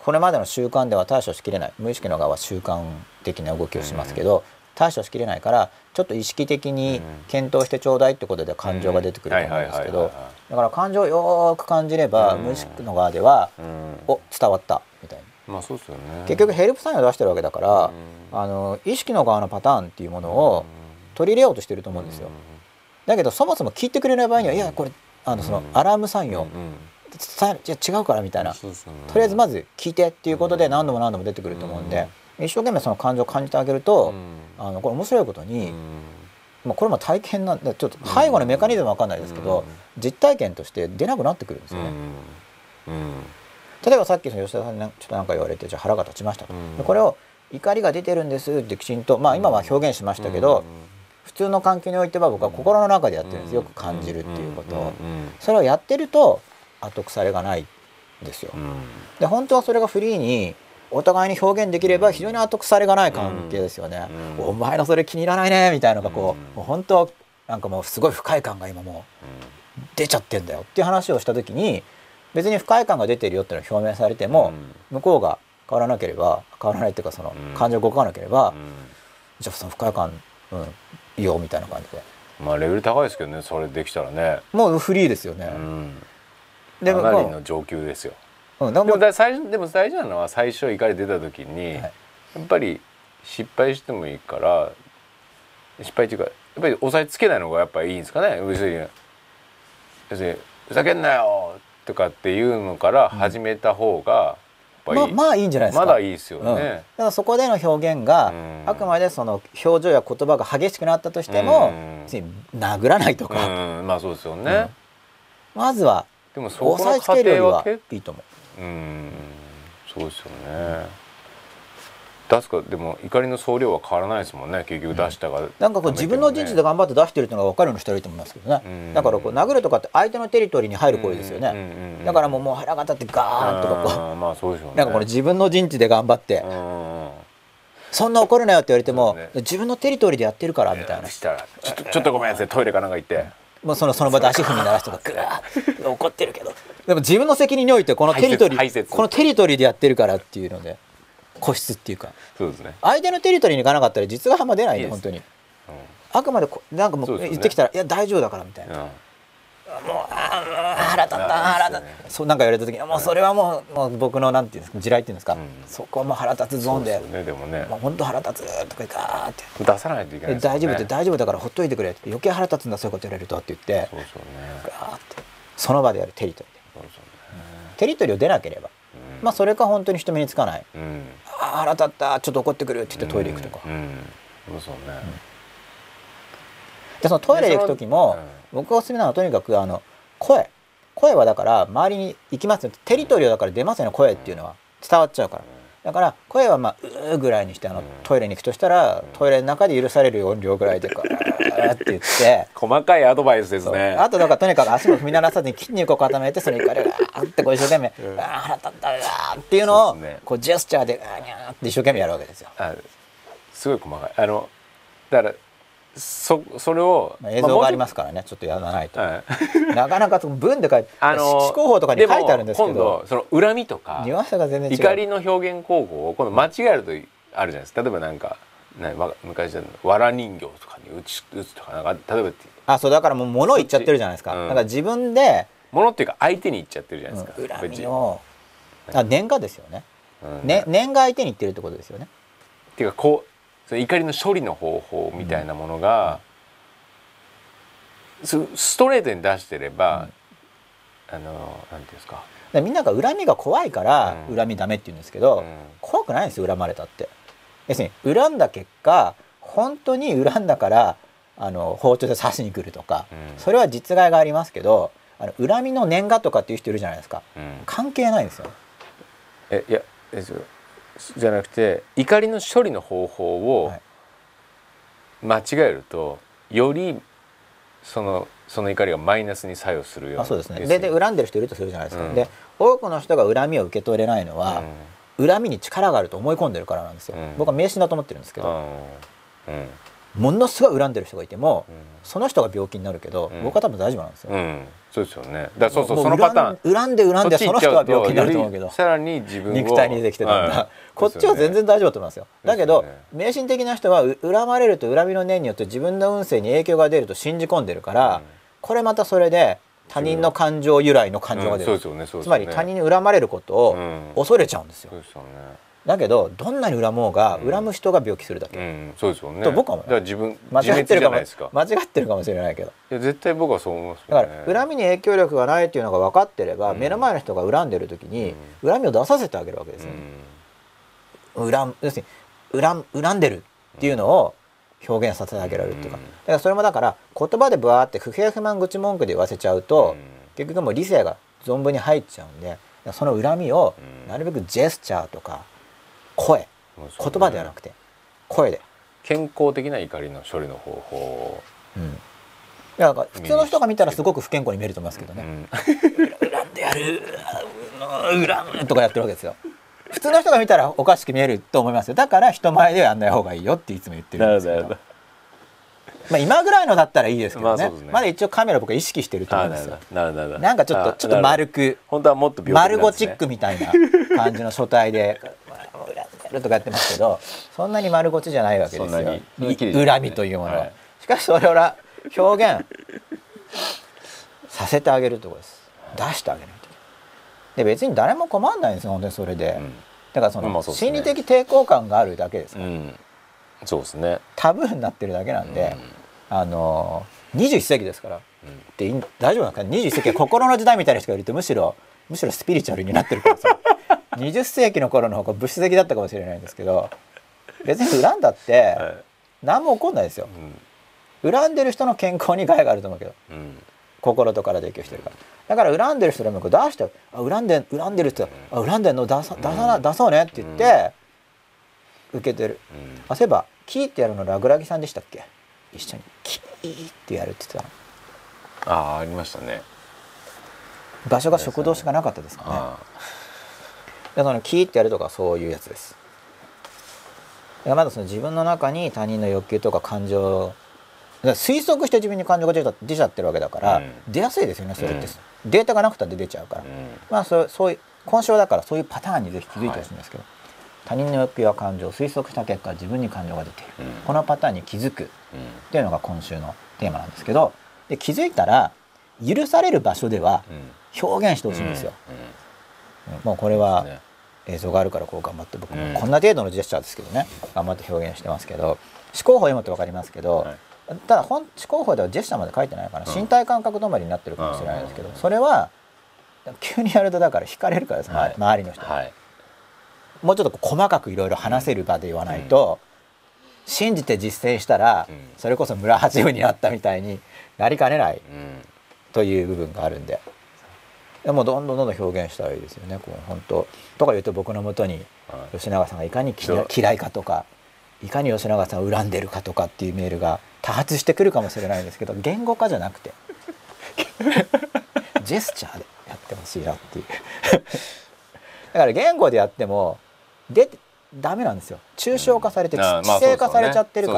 Speaker 1: これまでの習慣では対処しきれない、無意識の側は習慣的な動きをしますけど、対処しきれないからちょっと意識的に検討してちょうだいってことで感情が出てくると思うんですけど、だから感情をよーく感じれば無意識の側ではお伝わったみたいな、
Speaker 2: まあそうですよね、
Speaker 1: 結局ヘルプサインを出してるわけだから、意識の側のパターンっていうものを取り入れようとしてると思うんですよ。だけどそもそも聞いてくれない場合には、いやこれそのアラームサインを伝え違うからみたいな、とりあえずまず聞いてっていうことで何度も何度も出てくると思うんで、一生懸命その感情を感じてあげると、これ面白いことに、これも体験なんでちょっと背後のメカニズムは分かんないですけど、実体験として出なくなってくるんですよね。例えばさっき吉田さんにちょっと何か言われて、じゃあ腹が立ちましたと、これを怒りが出てるんですってきちんと、今は表現しましたけど、普通の環境においては僕は心の中でやってるんです。よく感じるっていうことを、それをやってると後腐れがないんですよ。で本当はそれがフリーにお互いに表現できれば非常に後腐れがない関係ですよね。お前のそれ気に入らないねみたいなのがもう本当なんかもうすごい不快感が今もう出ちゃってんだよっていう話をした時に、別に不快感が出てるよっていうのを表明されても、向こうが変わらなければ、変わらないっていうかその感情が動かなければ、じゃあその不快感いいよみたいな感じで、
Speaker 2: レベル高いですけどね、それできたらね、
Speaker 1: もうフリーですよね。
Speaker 2: かなりの上級ですよ。でも大事なのは最初怒り出た時に、やっぱり失敗してもいいから、失敗っていうかやっぱり押さえつけないのがやっぱりいいんですかね。要するにふざけんなよとかっていうのから始めた方が
Speaker 1: まあいいんじゃないですか。
Speaker 2: まだいいですよね。
Speaker 1: だからそこでの表現があくまでその表情や言葉が激しくなったとしても、殴らないとか、
Speaker 2: まあそうですよね。
Speaker 1: まずは押さえつけるよりはいいと思う。
Speaker 2: そうですよね。確かでも怒りの総量は変わらないですもんね、結局出したが、
Speaker 1: なんかこう自分の陣地で頑張って出してるっていうのが分かるようにしたらいいと思いますけどね。だからこう殴るとかって相手のテリトリーに入る行為ですよね。だからもう腹が立ってガーンとかこう、
Speaker 2: まあそうでしょうね。
Speaker 1: なんかこれ自分の陣地で頑張って、そんな怒るなよって言われても、自分のテリトリーでやってるからみたいな。
Speaker 2: したらちょっとごめんなさい、トイレかなんか行って、
Speaker 1: もうその場で足踏み鳴らすとかグワー怒ってるけど、でも自分の責任においてこのテリトリーでやってるからっていうので固執っていうか、
Speaker 2: そうですね、
Speaker 1: 相手のテリトリーに行かなかったら実があんま出ないんで、本当に、あくまでなんかもう言ってきたら、いや大丈夫だからみたいな、もう腹立ったそうなんか言われた時に、もうそれはもう僕のなんていうんですか、地雷っていうんですか、そこはもう腹立つゾーンで、もう本当腹立つとかガーって
Speaker 2: 出さないといけないですよね。
Speaker 1: 大丈夫だからほっといてくれって、余計腹立つんだそういうこと言われるとって言って、ガーってその場でやるテリトリーで、テリトリーを出なければ、それか本当に人目につかない、腹立ったちょっと怒ってくるって言ってトイレ行くとか、でそのトイレ行く時も僕がおすすめなのはとにかく声はだから周りに行きますよ、テリトリーだから出ますよね、声っていうのは伝わっちゃうから、だから声はうーぐらいにしてトイレに行くとしたら、トイレの中で許される音量ぐらいでガーって言って
Speaker 2: 細かいアドバイスですね。
Speaker 1: あとだからとにかく足も踏み鳴らさずに筋肉を固めて、それにガーってこう一生懸命腹立ったっていうのをこうジェスチャーでニャーって一生懸命やるわけですよ。
Speaker 2: すごい細かい。だからそれを
Speaker 1: 映像がありますからね、ちょっとやらないと、なかなか文で書いて思考法とかに書いてあるんですけど、
Speaker 2: 今度その恨みとか
Speaker 1: ニュアンスが全然違う、
Speaker 2: 怒りの表現方法を今度間違えるとあるじゃないですか。例えばなんか昔だとわら人形とかに打つとか、なんか例えば
Speaker 1: そうだからもう物言っちゃってるじゃないですか。だから自分で
Speaker 2: 物っていうか相手に言っちゃってるじゃないですか。
Speaker 1: 恨みを念がですよね。念が相手に言ってるってことですよね。
Speaker 2: っていうかこうその怒りの処理の方法みたいなものが、ストレートに出してれば、なんていうんですか、
Speaker 1: みんなが恨みが怖いから恨みダメって言うんですけど、怖くないんですよ恨まれたって。要するに恨んだ結果、本当に恨んだから包丁で刺しに来るとか、それは実害がありますけど、恨みの念がとかっていう人いるじゃないですか、関係ないんですよ。
Speaker 2: いやじゃなくて、怒りの処理の方法を間違えると、よりその怒りがマイナスに作用するような。
Speaker 1: そうですね。で恨んでる人いるとするじゃないですか。で多くの人が恨みを受け取れないのは、恨みに力があると思い込んでるからなんですよ。僕は迷信だと思ってるんですけど、 ものすごい恨んでる人がいても、その人が病気になるけど、僕は多分大丈夫なんですよ。
Speaker 2: そうですよね。だそうそのパターン
Speaker 1: 恨んでその人は病気になると思うけど、
Speaker 2: さらに自分を
Speaker 1: 肉体に出てきてたんだ、こっちは全然大丈夫だと思いますよ。だけど迷信的な人は恨まれると恨みの念によって自分の運勢に影響が出ると信じ込んでるから、これまたそれで他人の感情由来の感情が出る、つまり他人に恨まれることを恐れちゃうんですよ。だけどどんなに恨もうが恨む人が病気するだけ、
Speaker 2: そうですよね。
Speaker 1: と僕は思う。
Speaker 2: だから自分
Speaker 1: 間違ってるかもしれないけど、
Speaker 2: いや絶対僕はそう思いますよね。
Speaker 1: だから恨みに影響力がないっていうのが分かってれば、目の前の人が恨んでる時に恨みを出させてあげるわけですよね。要するに恨んでるっていうのを表現させてあげられるっていうか、だからそれもだから言葉でブワーって不平不満愚痴文句で言わせちゃうと、結局もう理性が存分に入っちゃうんで、その恨みをなるべくジェスチャーとか声、言葉ではなくて声で、
Speaker 2: 健康的な怒りの処理の方法を、
Speaker 1: だから普通の人が見たらすごく不健康に見えると思いますけどね、恨んでやる恨むとかやってるわけですよ。普通の人が見たらおかしく見えると思いますよ。だから人前ではやんない方がいいよっていつも言ってるんですけど、今ぐらいのだったらいいですけどね、まだ一応カメラ僕は意識してると思うんですよ。なんかちょっと丸く
Speaker 2: 本当はもっと
Speaker 1: 丸ゴチックみたいな感じの書体でとかやってますけど、そんなに丸ゴチじゃないわけですよ、恨みというものは。しかしそれを表現させてあげるところです。出してあげないと。で別に誰も困らないんですよ本当にそれで。だからその心理的抵抗感があるだけですから、
Speaker 2: そうですね、
Speaker 1: タブーになってるだけなんで、21世紀ですから、って大丈夫なんですか。21世紀は心の時代みたいな人がいるとむしろスピリチュアルになってるからさ20世紀の頃の方が物質的だったかもしれないんですけど、別に恨んだって何も起こんないですよ。恨んでる人の健康に害があると思うけど、心と体で影響してるから。だから恨んでる人でも出して恨んでる人は恨んでるの出そうねって言って受けてる。そういえばキーってやるのラグラギさんでしたっけ、一緒にキーってやるって言ってたの。
Speaker 2: ありましたね。
Speaker 1: 場所が食堂しかなかったですかね。でそのキーってやるとかそういうやつです。まだその自分の中に他人の欲求とか感情、推測して自分に感情が出ちゃってるわけだから、出やすいですよねそれって、データがなくたって出ちゃうから、そういう今週はだからそういうパターンにぜひ気づいてほしいんですけど、他人の欲求や感情を推測した結果自分に感情が出ている、このパターンに気づくっていうのが今週のテーマなんですけど、で気づいたら許される場所では表現してほしいんですよ。もうこれは映像があるからこう頑張って僕もこんな程度のジェスチャーですけどね、頑張って表現してますけど、思考法読むと分かりますけど、ただ思考法ではジェスチャーまで書いてないから身体感覚止まりになってるかもしれないですけど、それは急にやるとだから惹かれるからです、周りの人。もうちょっと細かくいろいろ話せる場で言わないと、信じて実践したらそれこそ村八分になったみたいになりかねないという部分があるんで、もうどんどん表現したらいいですよね。こう本当とか言うと僕のもとに吉永さんがいかに嫌いかとかいかに吉永さんを恨んでるかとかっていうメールが多発してくるかもしれないんですけど、言語化じゃなくてジェスチャーでやってほしいなっていうだから言語でやってもダメなんですよ。抽象化されて知性化されちゃってるから、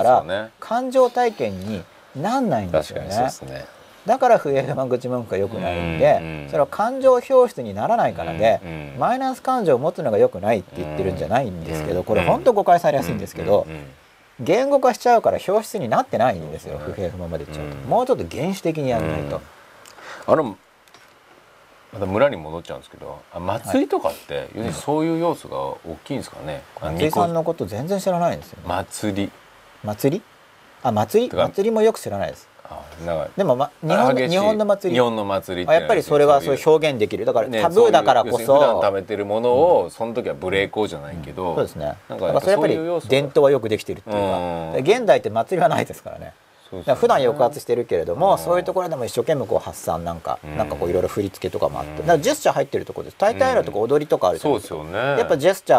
Speaker 1: 感情体験になんないんですよね。だから不平不満愚痴文句が良くないんで、それは感情表出にならないからで、マイナス感情を持つのが良くないって言ってるんじゃないんですけど、これ本当誤解されやすいんですけど、言語化しちゃうから表出になってないんですよ。不平不満までいっちゃうと、もうちょっと原始的にやらないと。
Speaker 2: また村に戻っちゃうんですけど、祭りとかって要するにそういう要素が大きいんですかね。
Speaker 1: 松井さんのこと全然知らないんですよね。
Speaker 2: 祭
Speaker 1: りもよく知らないです。でも、日本の祭りやっぱりそれはそういう表現できる。だからタブーだからこそ
Speaker 2: 普段食べてるものをその時は無礼講じゃないけど、
Speaker 1: そうですね。だからそれやっぱり伝統はよくできてるっていうか、現代って祭りはないですからね。普段抑圧してるけれども、そういうところでも一生懸命こう発散なんかこういろいろ振り付けとかもあって、だからジェスチャー入ってるところです。大体のとこ踊りとかあるじゃないですか。やっぱジェスチャーで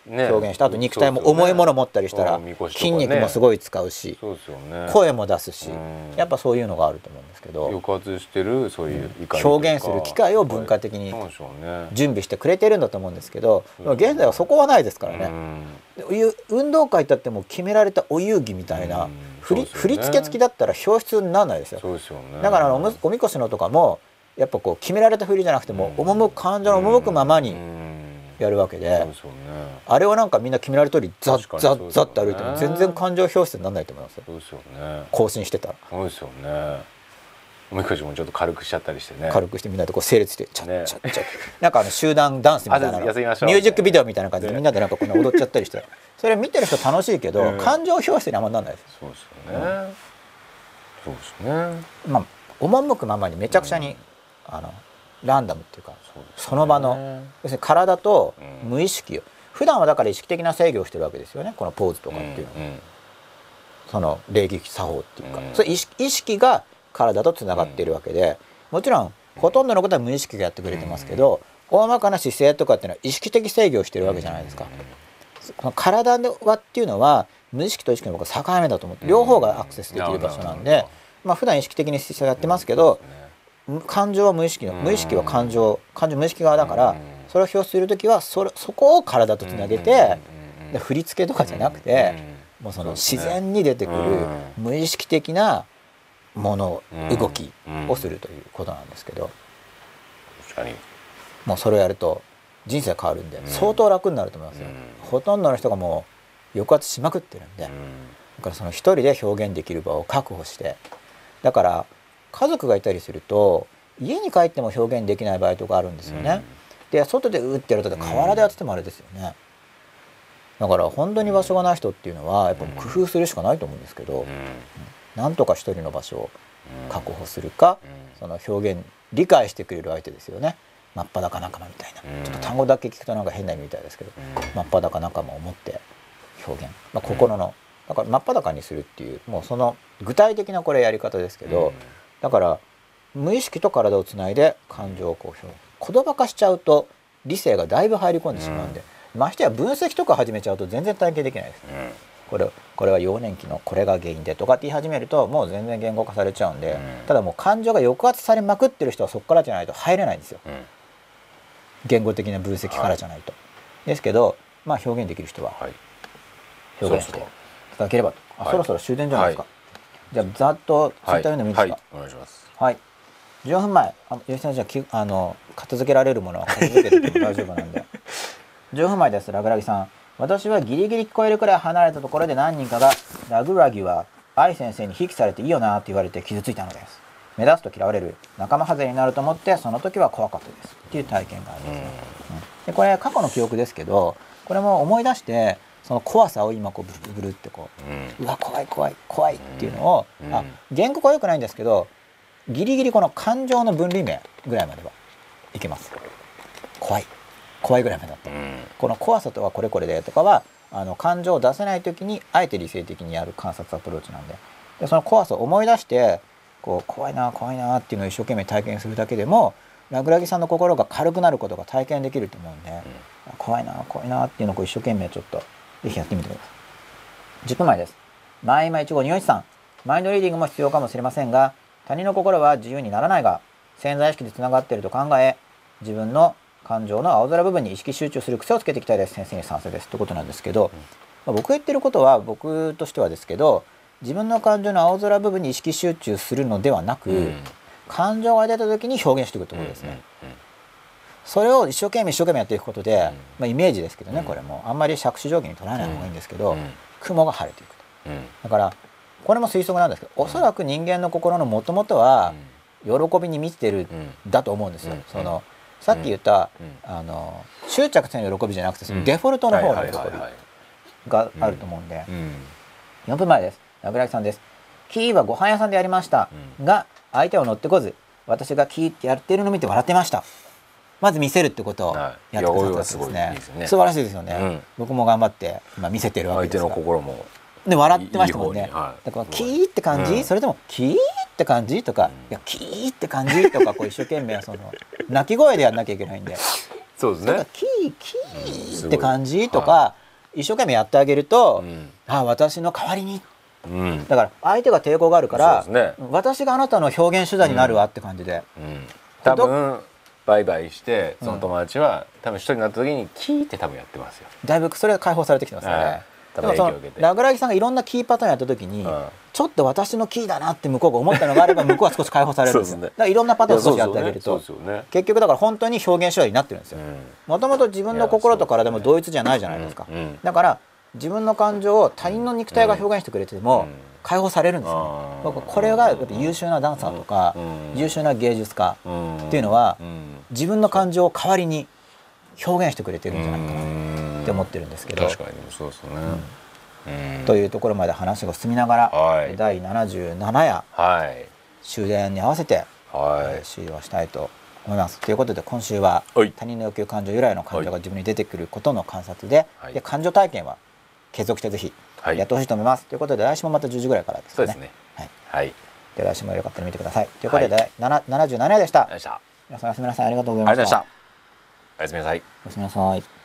Speaker 1: 表現して、あと肉体も重いもの持ったりしたら筋肉もすごい使うし、声も出すし、やっぱそういうのがあると思うんですけど、
Speaker 2: 抑圧してるそういう
Speaker 1: 表現する機会を文化的に準備してくれてるんだと思うんですけど、現在はそこはないですからね。運動会だってもう決められたお遊戯みたいな振り付け付きだったら表出にならないですよ。だからおみこしのとかもやっぱこう決められた振りじゃなくても感情の赴くままにやるわけで、あれをなんかみんな決められた通りザッザッザッって歩いても全然感情表出にならないと思いますよ。更新してたら。
Speaker 2: そうですよね。おみこしもちょっと軽くしちゃったりしてね。
Speaker 1: 軽くしてみんなでこう整列してチャッチャッチャッ、なんか集団ダンスみたいなミュージックビデオみたいな感じでみんなでなんかこんな踊っちゃったりして、それ見てる人楽しいけど感情表出にあんまならないです。
Speaker 2: そうですよね。そうですね。
Speaker 1: まあ赴くままにめちゃくちゃにランダムっていうか、その場の要するに体と無意識を、普段はだから意識的な制御をしてるわけですよね、このポーズとかっていうのは。その礼儀作法っていうか、それ意識が体とつながっているわけで、もちろんほとんどのことは無意識がやってくれてますけど、大まかな姿勢とかっていうのは意識的制御をしてるわけじゃないですか。この体はっていうのは無意識と意識の僕は境目だと思って、両方がアクセスできる場所なんで、まあ普段意識的に姿勢やってますけど、感情は無意識の、無意識は感情無意識側だから、それを表出する時はそこを体とつなげて、振り付けとかじゃなくて、もうその自然に出てくる無意識的なもの、動きをするということなんですけど、もうそれをやると人生変わるんで相当楽になると思いますよ。ほとんどの人がもう抑圧しまくってるんで、だからその一人で表現できる場を確保して、だから家族がいたりすると家に帰っても表現できない場合とかあるんですよね。で外でってやると河原でやっててもあれですよね。だから本当に場所がない人っていうのはやっぱ工夫するしかないと思うんですけど、なんとか一人の場所を確保するか、その表現理解してくれる相手ですよね。真っ裸仲間みたいな、ちょっと単語だけ聞くとなんか変な意味みたいですけど、真っ裸仲間を持って表現、心のだから真っ裸にするっていう、もうその具体的なこれやり方ですけど、だから無意識と体をつないで感情をこう言葉化しちゃうと理性がだいぶ入り込んでしまうんで、ましてや分析とか始めちゃうと全然体験できないです。これは幼年期のこれが原因でとかって言い始めるともう全然言語化されちゃうんで、ただもう感情が抑圧されまくってる人はそこからじゃないと入れないんですよ、言語的な分析からじゃないと。ですけどまあ表現できる人は表現していただければと。そろそろ終電じゃないですか。じゃあざっとツイッター読んでもいいですか。
Speaker 2: お願いします。
Speaker 1: はい、14分前、吉さんじゃあ片付けられるものは片付けてても大丈夫なんで14分前です。ラグラギさん、私はギリギリ聞こえるくらい離れたところで何人かがラグラギは愛先生にひいきされていいよなって言われて傷ついたのです。目立つと嫌われる仲間外れになると思ってその時は怖かったですっていう体験がありますね。でこれ過去の記憶ですけど、これも思い出してその怖さを今こうブルブルってこう、うわ怖い怖い怖いっていうのを、言語化は良くないんですけど、ギリギリこの感情の分離面ぐらいまではいけます。怖いぐらいまでだった、この怖さとはこれこれでとかは感情を出せない時にあえて理性的にやる観察アプローチなんで、その怖さを思い出してこう怖いな怖いなっていうのを一生懸命体験するだけでもラグラギさんの心が軽くなることが体験できると思うんで、怖いな怖いなっていうのをこう一生懸命ちょっとぜひやってみてください。10分前です。マイマイ1号241さん、マインドリーディングも必要かもしれませんが、他人の心は自由にならないが潜在意識でつながっていると考え、自分の感情の青空部分に意識集中する癖をつけていきたいです。先生に賛成ですということなんですけど、僕が言ってることは僕としてはですけど、自分の感情の青空部分に意識集中するのではなく、感情が出た時に表現していくということですね。それを一生懸命やっていくことで、イメージですけどね、これもあんまり杓子定規に捉えない方がいいんですけど、雲が晴れていくと、だからこれも推測なんですけど、おそらく人間の心のもともとは喜びに満ちてるだと思うんですよ。そのさっき言った、執着性の喜びじゃなくてそのデフォルトの方の喜びがあると思うんで、4分前です。ラグラギさんです。キーはご飯屋さんでやりました、が相手を乗ってこず、私がキーってやってるのを見て笑ってました。まず見せるってことをやってくださったんですね。素晴らしいですよね。僕も頑張って今見せてるわけですから。
Speaker 2: 相手の心も
Speaker 1: で笑ってましたもんね。だからキーって感じ、それともキーって感じとか、いやキーって感じとかこう一生懸命その鳴き声でやんなきゃいけないんで、
Speaker 2: そうですね。
Speaker 1: だからキーって感じとか、一生懸命やってあげると、あ、私の代わりに、だから相手が抵抗があるから、私があなたの表現手段になるわって感じで、
Speaker 2: 多分バイバイしてその友達は多分一人になった時にキーって多分やってますよ。
Speaker 1: だいぶそれが解放されてきてますよね。でもそのラグラギさんがいろんなキーパターンやった時に、ちょっと私のキーだなって向こうが思ったのがあれば向こうは少し解放されるんですよ。だからいろんなパターンを少しやってあげると、結局だから本当に表現手段になってるんですよ。もともと自分の心と体も同一じゃないじゃないですか。だから自分の感情を他人の肉体が表現してくれても解放されるんですよね。これがやっぱ優秀なダンサーとか優秀な芸術家っていうのは、自分の感情を代わりに表現してくれてるんじゃないかなって思ってるんですけど。
Speaker 2: 確かにそうですね。
Speaker 1: というところまで話が進みながら、第77夜終電に合わせて終了したいと思います。ということで今週は他人の欲求感情由来の感情が自分に出てくることの観察で、感情体験は継続してぜひやってほしいと思います。ということで来週もまた10時ぐらいからですね。
Speaker 2: そうですね。はい。
Speaker 1: で来週もよかったら見てください。ということで77夜でした。皆さんおやすみなさい。ありがとうございました。
Speaker 2: おやすみなさい。
Speaker 1: おやすみなさい。